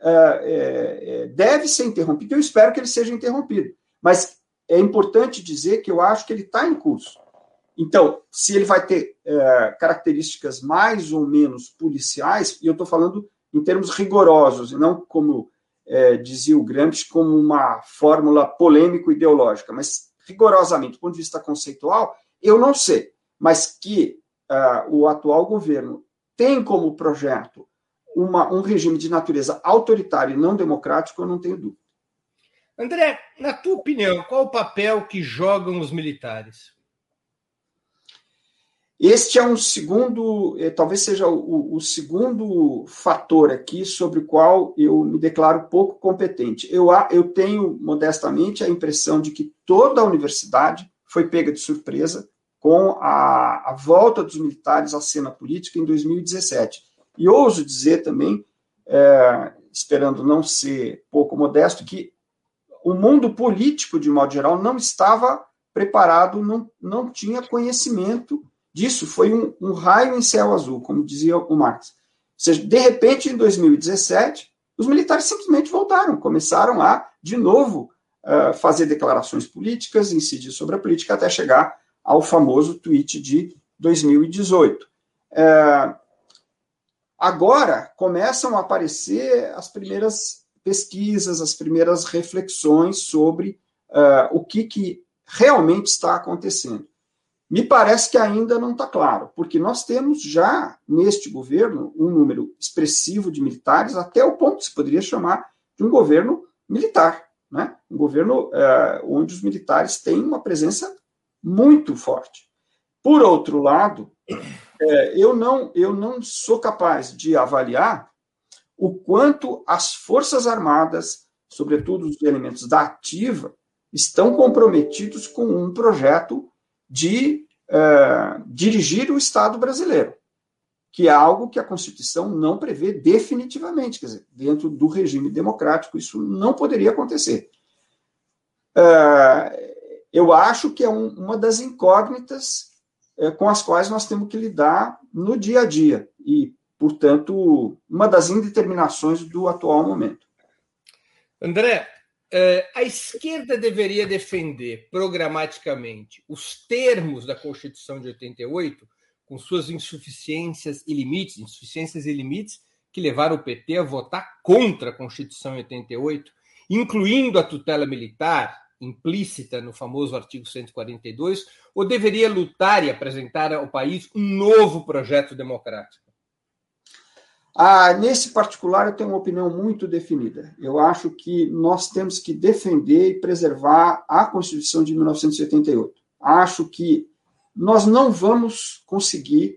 C: deve ser interrompido, eu espero que ele seja interrompido, mas é importante dizer que eu acho que ele está em curso. Então, se ele vai ter características mais ou menos policiais, e eu estou falando em termos rigorosos, e não como dizia o Gramsci, como uma fórmula polêmico-ideológica, mas rigorosamente, do ponto de vista conceitual, eu não sei, mas que o atual governo tem como projeto um regime de natureza autoritária e não democrático, eu não tenho dúvida.
B: André, na tua opinião, qual o papel que jogam os militares?
C: Este é um segundo, talvez seja o segundo fator aqui sobre o qual eu me declaro pouco competente. Eu tenho, modestamente, a impressão de que toda a universidade foi pega de surpresa com a volta dos militares à cena política em 2017. E ouso dizer também, esperando não ser pouco modesto, que o mundo político, de modo geral, não estava preparado, não tinha conhecimento disso. Foi um raio em céu azul, como dizia o Marx. Ou seja, de repente, em 2017, os militares simplesmente voltaram, começaram a, de novo, fazer declarações políticas, incidir sobre a política, até chegar ao famoso tweet de 2018. Agora começam a aparecer as primeiras pesquisas, as primeiras reflexões sobre o que realmente está acontecendo. Me parece que ainda não está claro, porque nós temos já, neste governo, um número expressivo de militares, até o ponto que se poderia chamar de um governo militar, né? Um governo onde os militares têm uma presença muito forte. Por outro lado, eu não sou capaz de avaliar o quanto as Forças Armadas, sobretudo os elementos da ativa, estão comprometidos com um projeto de dirigir o Estado brasileiro, que é algo que a Constituição não prevê definitivamente, quer dizer, dentro do regime democrático, isso não poderia acontecer. eu acho que é uma das incógnitas com as quais nós temos que lidar no dia a dia e, portanto, uma das indeterminações do atual momento.
B: André, a esquerda deveria defender programaticamente os termos da Constituição de 88, com suas insuficiências e limites que levaram o PT a votar contra a Constituição em 88, incluindo a tutela militar, implícita no famoso artigo 142, ou deveria lutar e apresentar ao país um novo projeto democrático?
C: Nesse particular, eu tenho uma opinião muito definida. Eu acho que nós temos que defender e preservar a Constituição de 1988. Acho que nós não vamos conseguir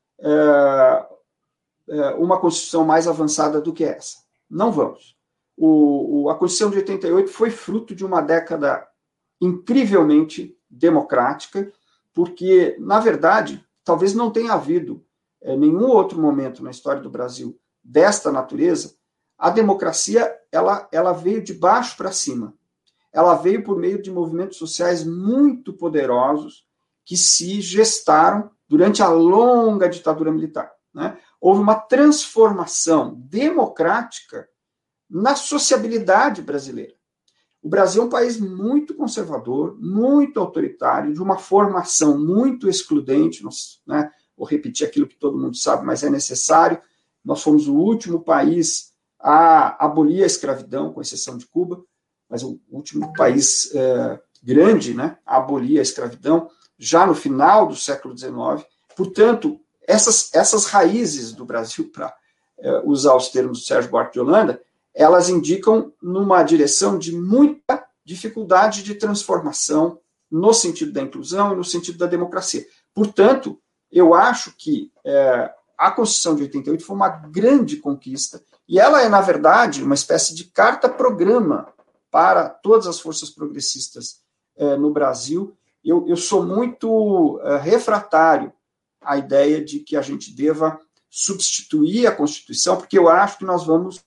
C: uma Constituição mais avançada do que essa. Não vamos. A Constituição de 88 foi fruto de uma década incrivelmente democrática, porque, na verdade, talvez não tenha havido nenhum outro momento na história do Brasil desta natureza. A democracia ela veio de baixo para cima. Ela veio por meio de movimentos sociais muito poderosos que se gestaram durante a longa ditadura militar, né? Houve uma transformação democrática na sociabilidade brasileira. O Brasil é um país muito conservador, muito autoritário, de uma formação muito excludente, né? Vou repetir aquilo que todo mundo sabe, mas é necessário. Nós fomos o último país a abolir a escravidão, com exceção de Cuba, mas o último país grande, né, a abolir a escravidão, já no final do século XIX. Portanto, essas raízes do Brasil, para usar os termos do Sérgio Buarque de Holanda, elas indicam numa direção de muita dificuldade de transformação no sentido da inclusão e no sentido da democracia. Portanto, eu acho que a Constituição de 88 foi uma grande conquista e ela é, na verdade, uma espécie de carta-programa para todas as forças progressistas no Brasil. Eu sou muito refratário à ideia de que a gente deva substituir a Constituição, porque eu acho que nós vamos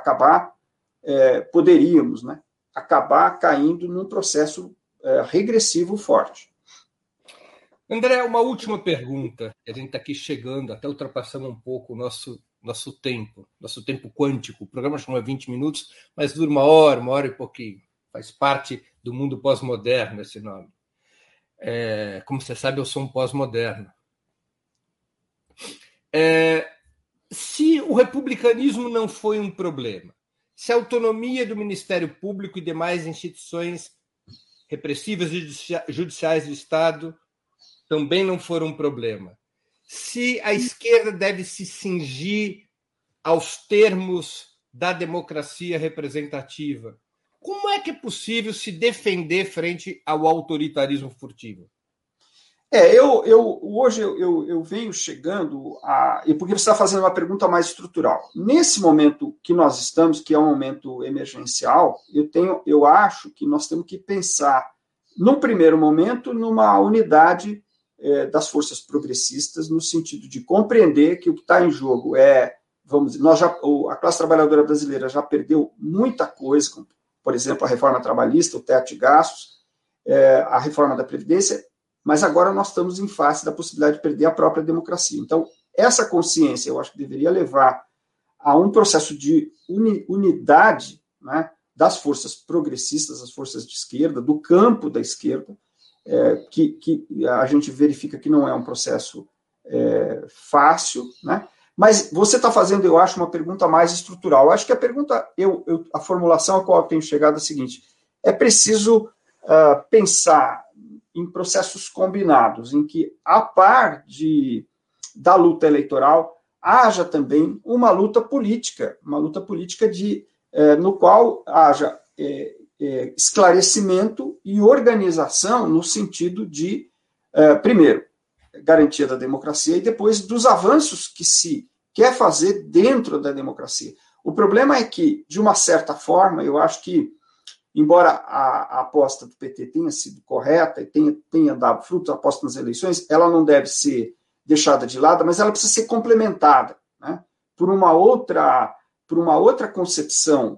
C: poderíamos, né, acabar caindo num processo regressivo forte.
B: André, uma última pergunta. A gente está aqui chegando, até ultrapassando um pouco o nosso tempo quântico. O programa chama 20 minutos, mas dura uma hora e pouquinho. Faz parte do mundo pós-moderno esse nome. Como você sabe, eu sou um pós-moderno. Se o republicanismo não foi um problema, se a autonomia do Ministério Público e demais instituições repressivas e judiciais do Estado também não foram um problema, se a esquerda deve se cingir aos termos da democracia representativa, como é que é possível se defender frente ao autoritarismo furtivo?
C: Hoje eu venho chegando e porque você está fazendo uma pergunta mais estrutural. Nesse momento que nós estamos, que é um momento emergencial, eu acho que nós temos que pensar, num primeiro momento, numa unidade das forças progressistas, no sentido de compreender que o que está em jogo vamos dizer, a classe trabalhadora brasileira já perdeu muita coisa, como, por exemplo, a reforma trabalhista, o teto de gastos, a reforma da Previdência, mas agora nós estamos em face da possibilidade de perder a própria democracia. Então, essa consciência, eu acho que deveria levar a um processo de unidade, né, das forças progressistas, das forças de esquerda, do campo da esquerda, que a gente verifica que não é um processo fácil, né? Mas você está fazendo, eu acho, uma pergunta mais estrutural. Eu acho que a pergunta, a formulação a qual eu tenho chegado é a seguinte: é preciso pensar em processos combinados, em que, a par da luta eleitoral, haja também uma luta política no qual haja esclarecimento e organização no sentido de, primeiro, garantia da democracia e depois dos avanços que se quer fazer dentro da democracia. O problema é que, de uma certa forma, eu acho que, embora a aposta do PT tenha sido correta e tenha dado frutos, a aposta nas eleições, ela não deve ser deixada de lado, mas ela precisa ser complementada, né, por uma outra concepção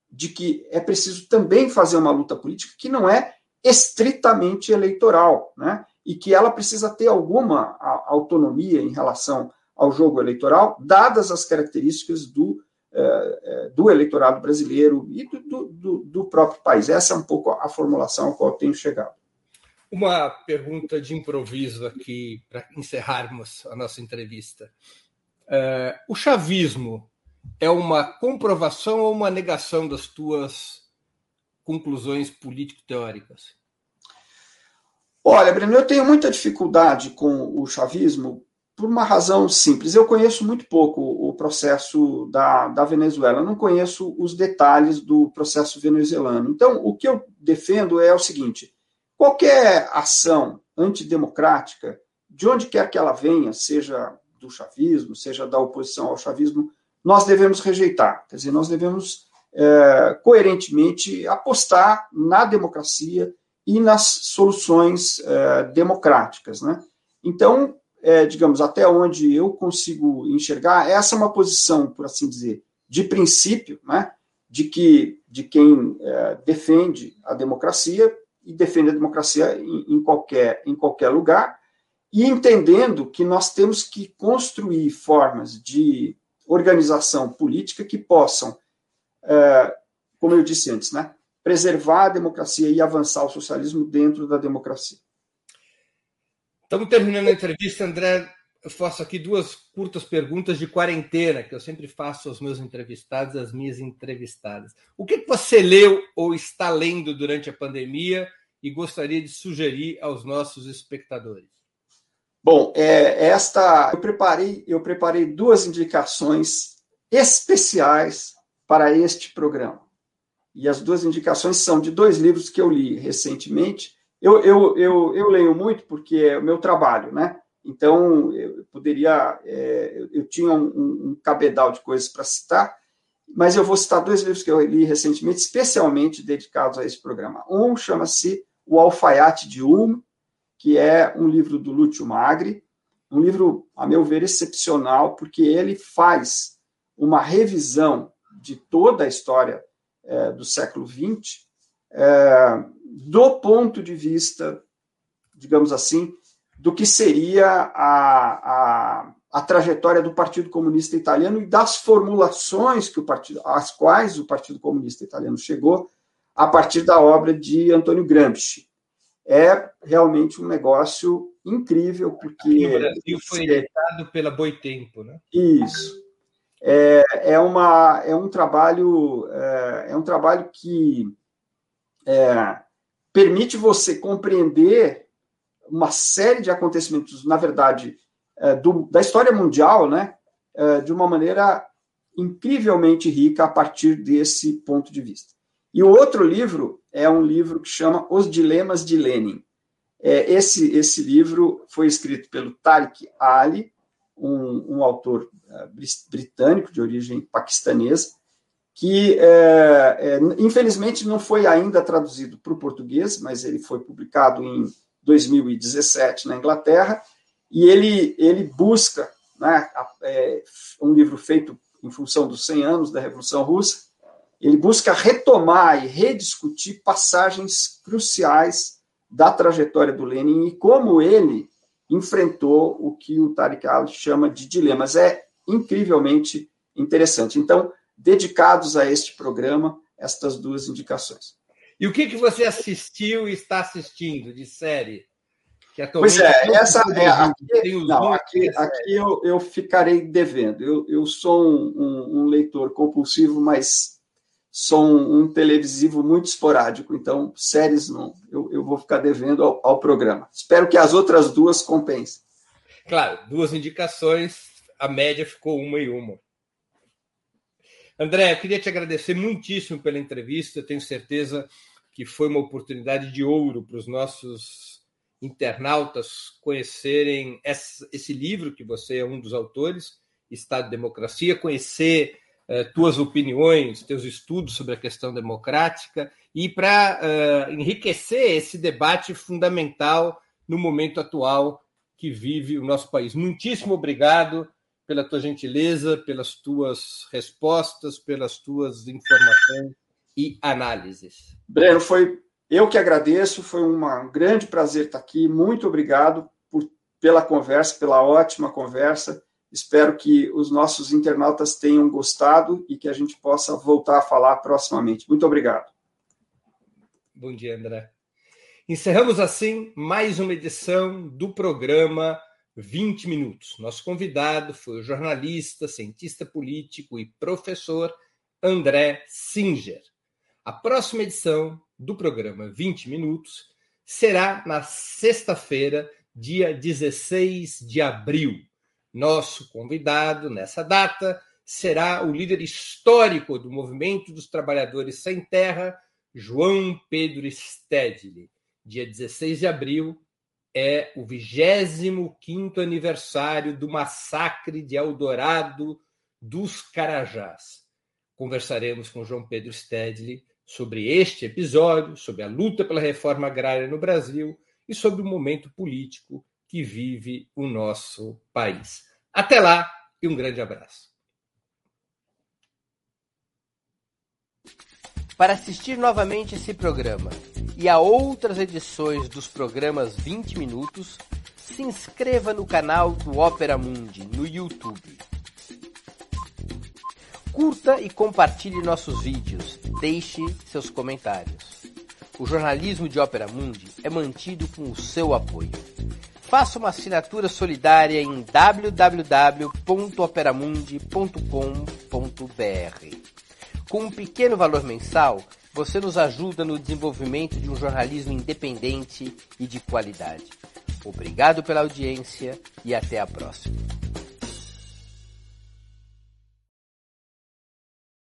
C: de que é preciso também fazer uma luta política que não é estritamente eleitoral, né? E que ela precisa ter alguma autonomia em relação ao jogo eleitoral, dadas as características do eleitorado brasileiro e do próprio país. Essa é um pouco a formulação a qual eu tenho chegado.
B: Uma pergunta de improviso aqui, para encerrarmos a nossa entrevista. O chavismo é uma comprovação ou uma negação das tuas conclusões político-teóricas?
C: Olha, Breno, eu tenho muita dificuldade com o chavismo por uma razão simples. Eu conheço muito pouco o processo da Venezuela, eu não conheço os detalhes do processo venezuelano. Então, o que eu defendo é o seguinte: qualquer ação antidemocrática, de onde quer que ela venha, seja do chavismo, seja da oposição ao chavismo, nós devemos rejeitar. Quer dizer, nós devemos coerentemente apostar na democracia e nas soluções democráticas, né? Então, digamos, até onde eu consigo enxergar, essa é uma posição, por assim dizer, de princípio, né? de quem defende a democracia e defende a democracia em qualquer lugar, e entendendo que nós temos que construir formas de organização política que possam, como eu disse antes, né, preservar a democracia e avançar o socialismo dentro da democracia.
B: Estamos terminando a entrevista, André. Eu faço aqui 2 curtas perguntas de quarentena, que eu sempre faço aos meus entrevistados, às minhas entrevistadas. O que você leu ou está lendo durante a pandemia e gostaria de sugerir aos nossos espectadores?
C: Bom, eu preparei 2 indicações especiais para este programa. E as 2 indicações são de 2 livros que eu li recentemente. Eu leio muito porque é o meu trabalho, né? Então, eu tinha um cabedal de coisas para citar, mas eu vou citar 2 livros que eu li recentemente, especialmente dedicados a esse programa. Um chama-se O Alfaiate de Ulm, que é um livro do Lúcio Magri, um livro, a meu ver, excepcional, porque ele faz uma revisão de toda a história do século XX, do ponto de vista, digamos assim, do que seria a trajetória do Partido Comunista Italiano e das formulações às quais o Partido Comunista Italiano chegou a partir da obra de Antônio Gramsci. É realmente um negócio incrível, porque...
B: Aqui no Brasil foi editado pela Boitempo, né?
C: Isso. É um trabalho que permite você compreender uma série de acontecimentos, na verdade, da história mundial, né, de uma maneira incrivelmente rica a partir desse ponto de vista. E o outro livro é um livro que chama Os Dilemas de Lenin. Esse livro foi escrito pelo Tariq Ali, um autor britânico de origem paquistanesa, que infelizmente não foi ainda traduzido para o português, mas ele foi publicado em 2017 na Inglaterra, e ele busca, né, um livro feito em função dos 100 anos da Revolução Russa, ele busca retomar e rediscutir passagens cruciais da trajetória do Lenin e como ele enfrentou o que o Tariq Ali chama de dilemas. É incrivelmente interessante. Então, dedicados a este programa, estas 2 indicações.
B: E o que você assistiu e está assistindo de série? Que
C: pois aqui eu ficarei devendo. Eu sou um leitor compulsivo, mas sou um televisivo muito esporádico, então séries não. Eu vou ficar devendo ao programa. Espero que as outras 2 compensem.
B: Claro, 2 indicações, a média ficou 1 e 1. André, eu queria te agradecer muitíssimo pela entrevista. Eu tenho certeza que foi uma oportunidade de ouro para os nossos internautas conhecerem esse livro, que você é um dos autores, Estado e Democracia, conhecer tuas opiniões, teus estudos sobre a questão democrática e para enriquecer esse debate fundamental no momento atual que vive o nosso país. Muitíssimo obrigado pela tua gentileza, pelas tuas respostas, pelas tuas informações e análises.
C: Breno, eu que agradeço, foi um grande prazer estar aqui. Muito obrigado pela conversa, pela ótima conversa. Espero que os nossos internautas tenham gostado e que a gente possa voltar a falar proximamente. Muito obrigado.
B: Bom dia, André. Encerramos assim mais uma edição do programa 20 Minutos. Nosso convidado foi o jornalista, cientista político e professor André Singer. A próxima edição do programa 20 Minutos será na sexta-feira, dia 16 de abril. Nosso convidado nessa data será o líder histórico do Movimento dos Trabalhadores Sem Terra, João Pedro Stedley. Dia 16 de abril é o 25º aniversário do massacre de Eldorado dos Carajás. Conversaremos com João Pedro Stedley sobre este episódio, sobre a luta pela reforma agrária no Brasil e sobre o momento político que vive o nosso país. Até lá e um grande abraço.
D: Para assistir novamente esse programa e a outras edições dos programas 20 Minutos, se inscreva no canal do Opera Mundi no YouTube. Curta e compartilhe nossos vídeos, deixe seus comentários. O jornalismo de Opera Mundi é mantido com o seu apoio. Faça uma assinatura solidária em www.operamundi.com.br. Com um pequeno valor mensal, você nos ajuda no desenvolvimento de um jornalismo independente e de qualidade. Obrigado pela audiência e até a próxima.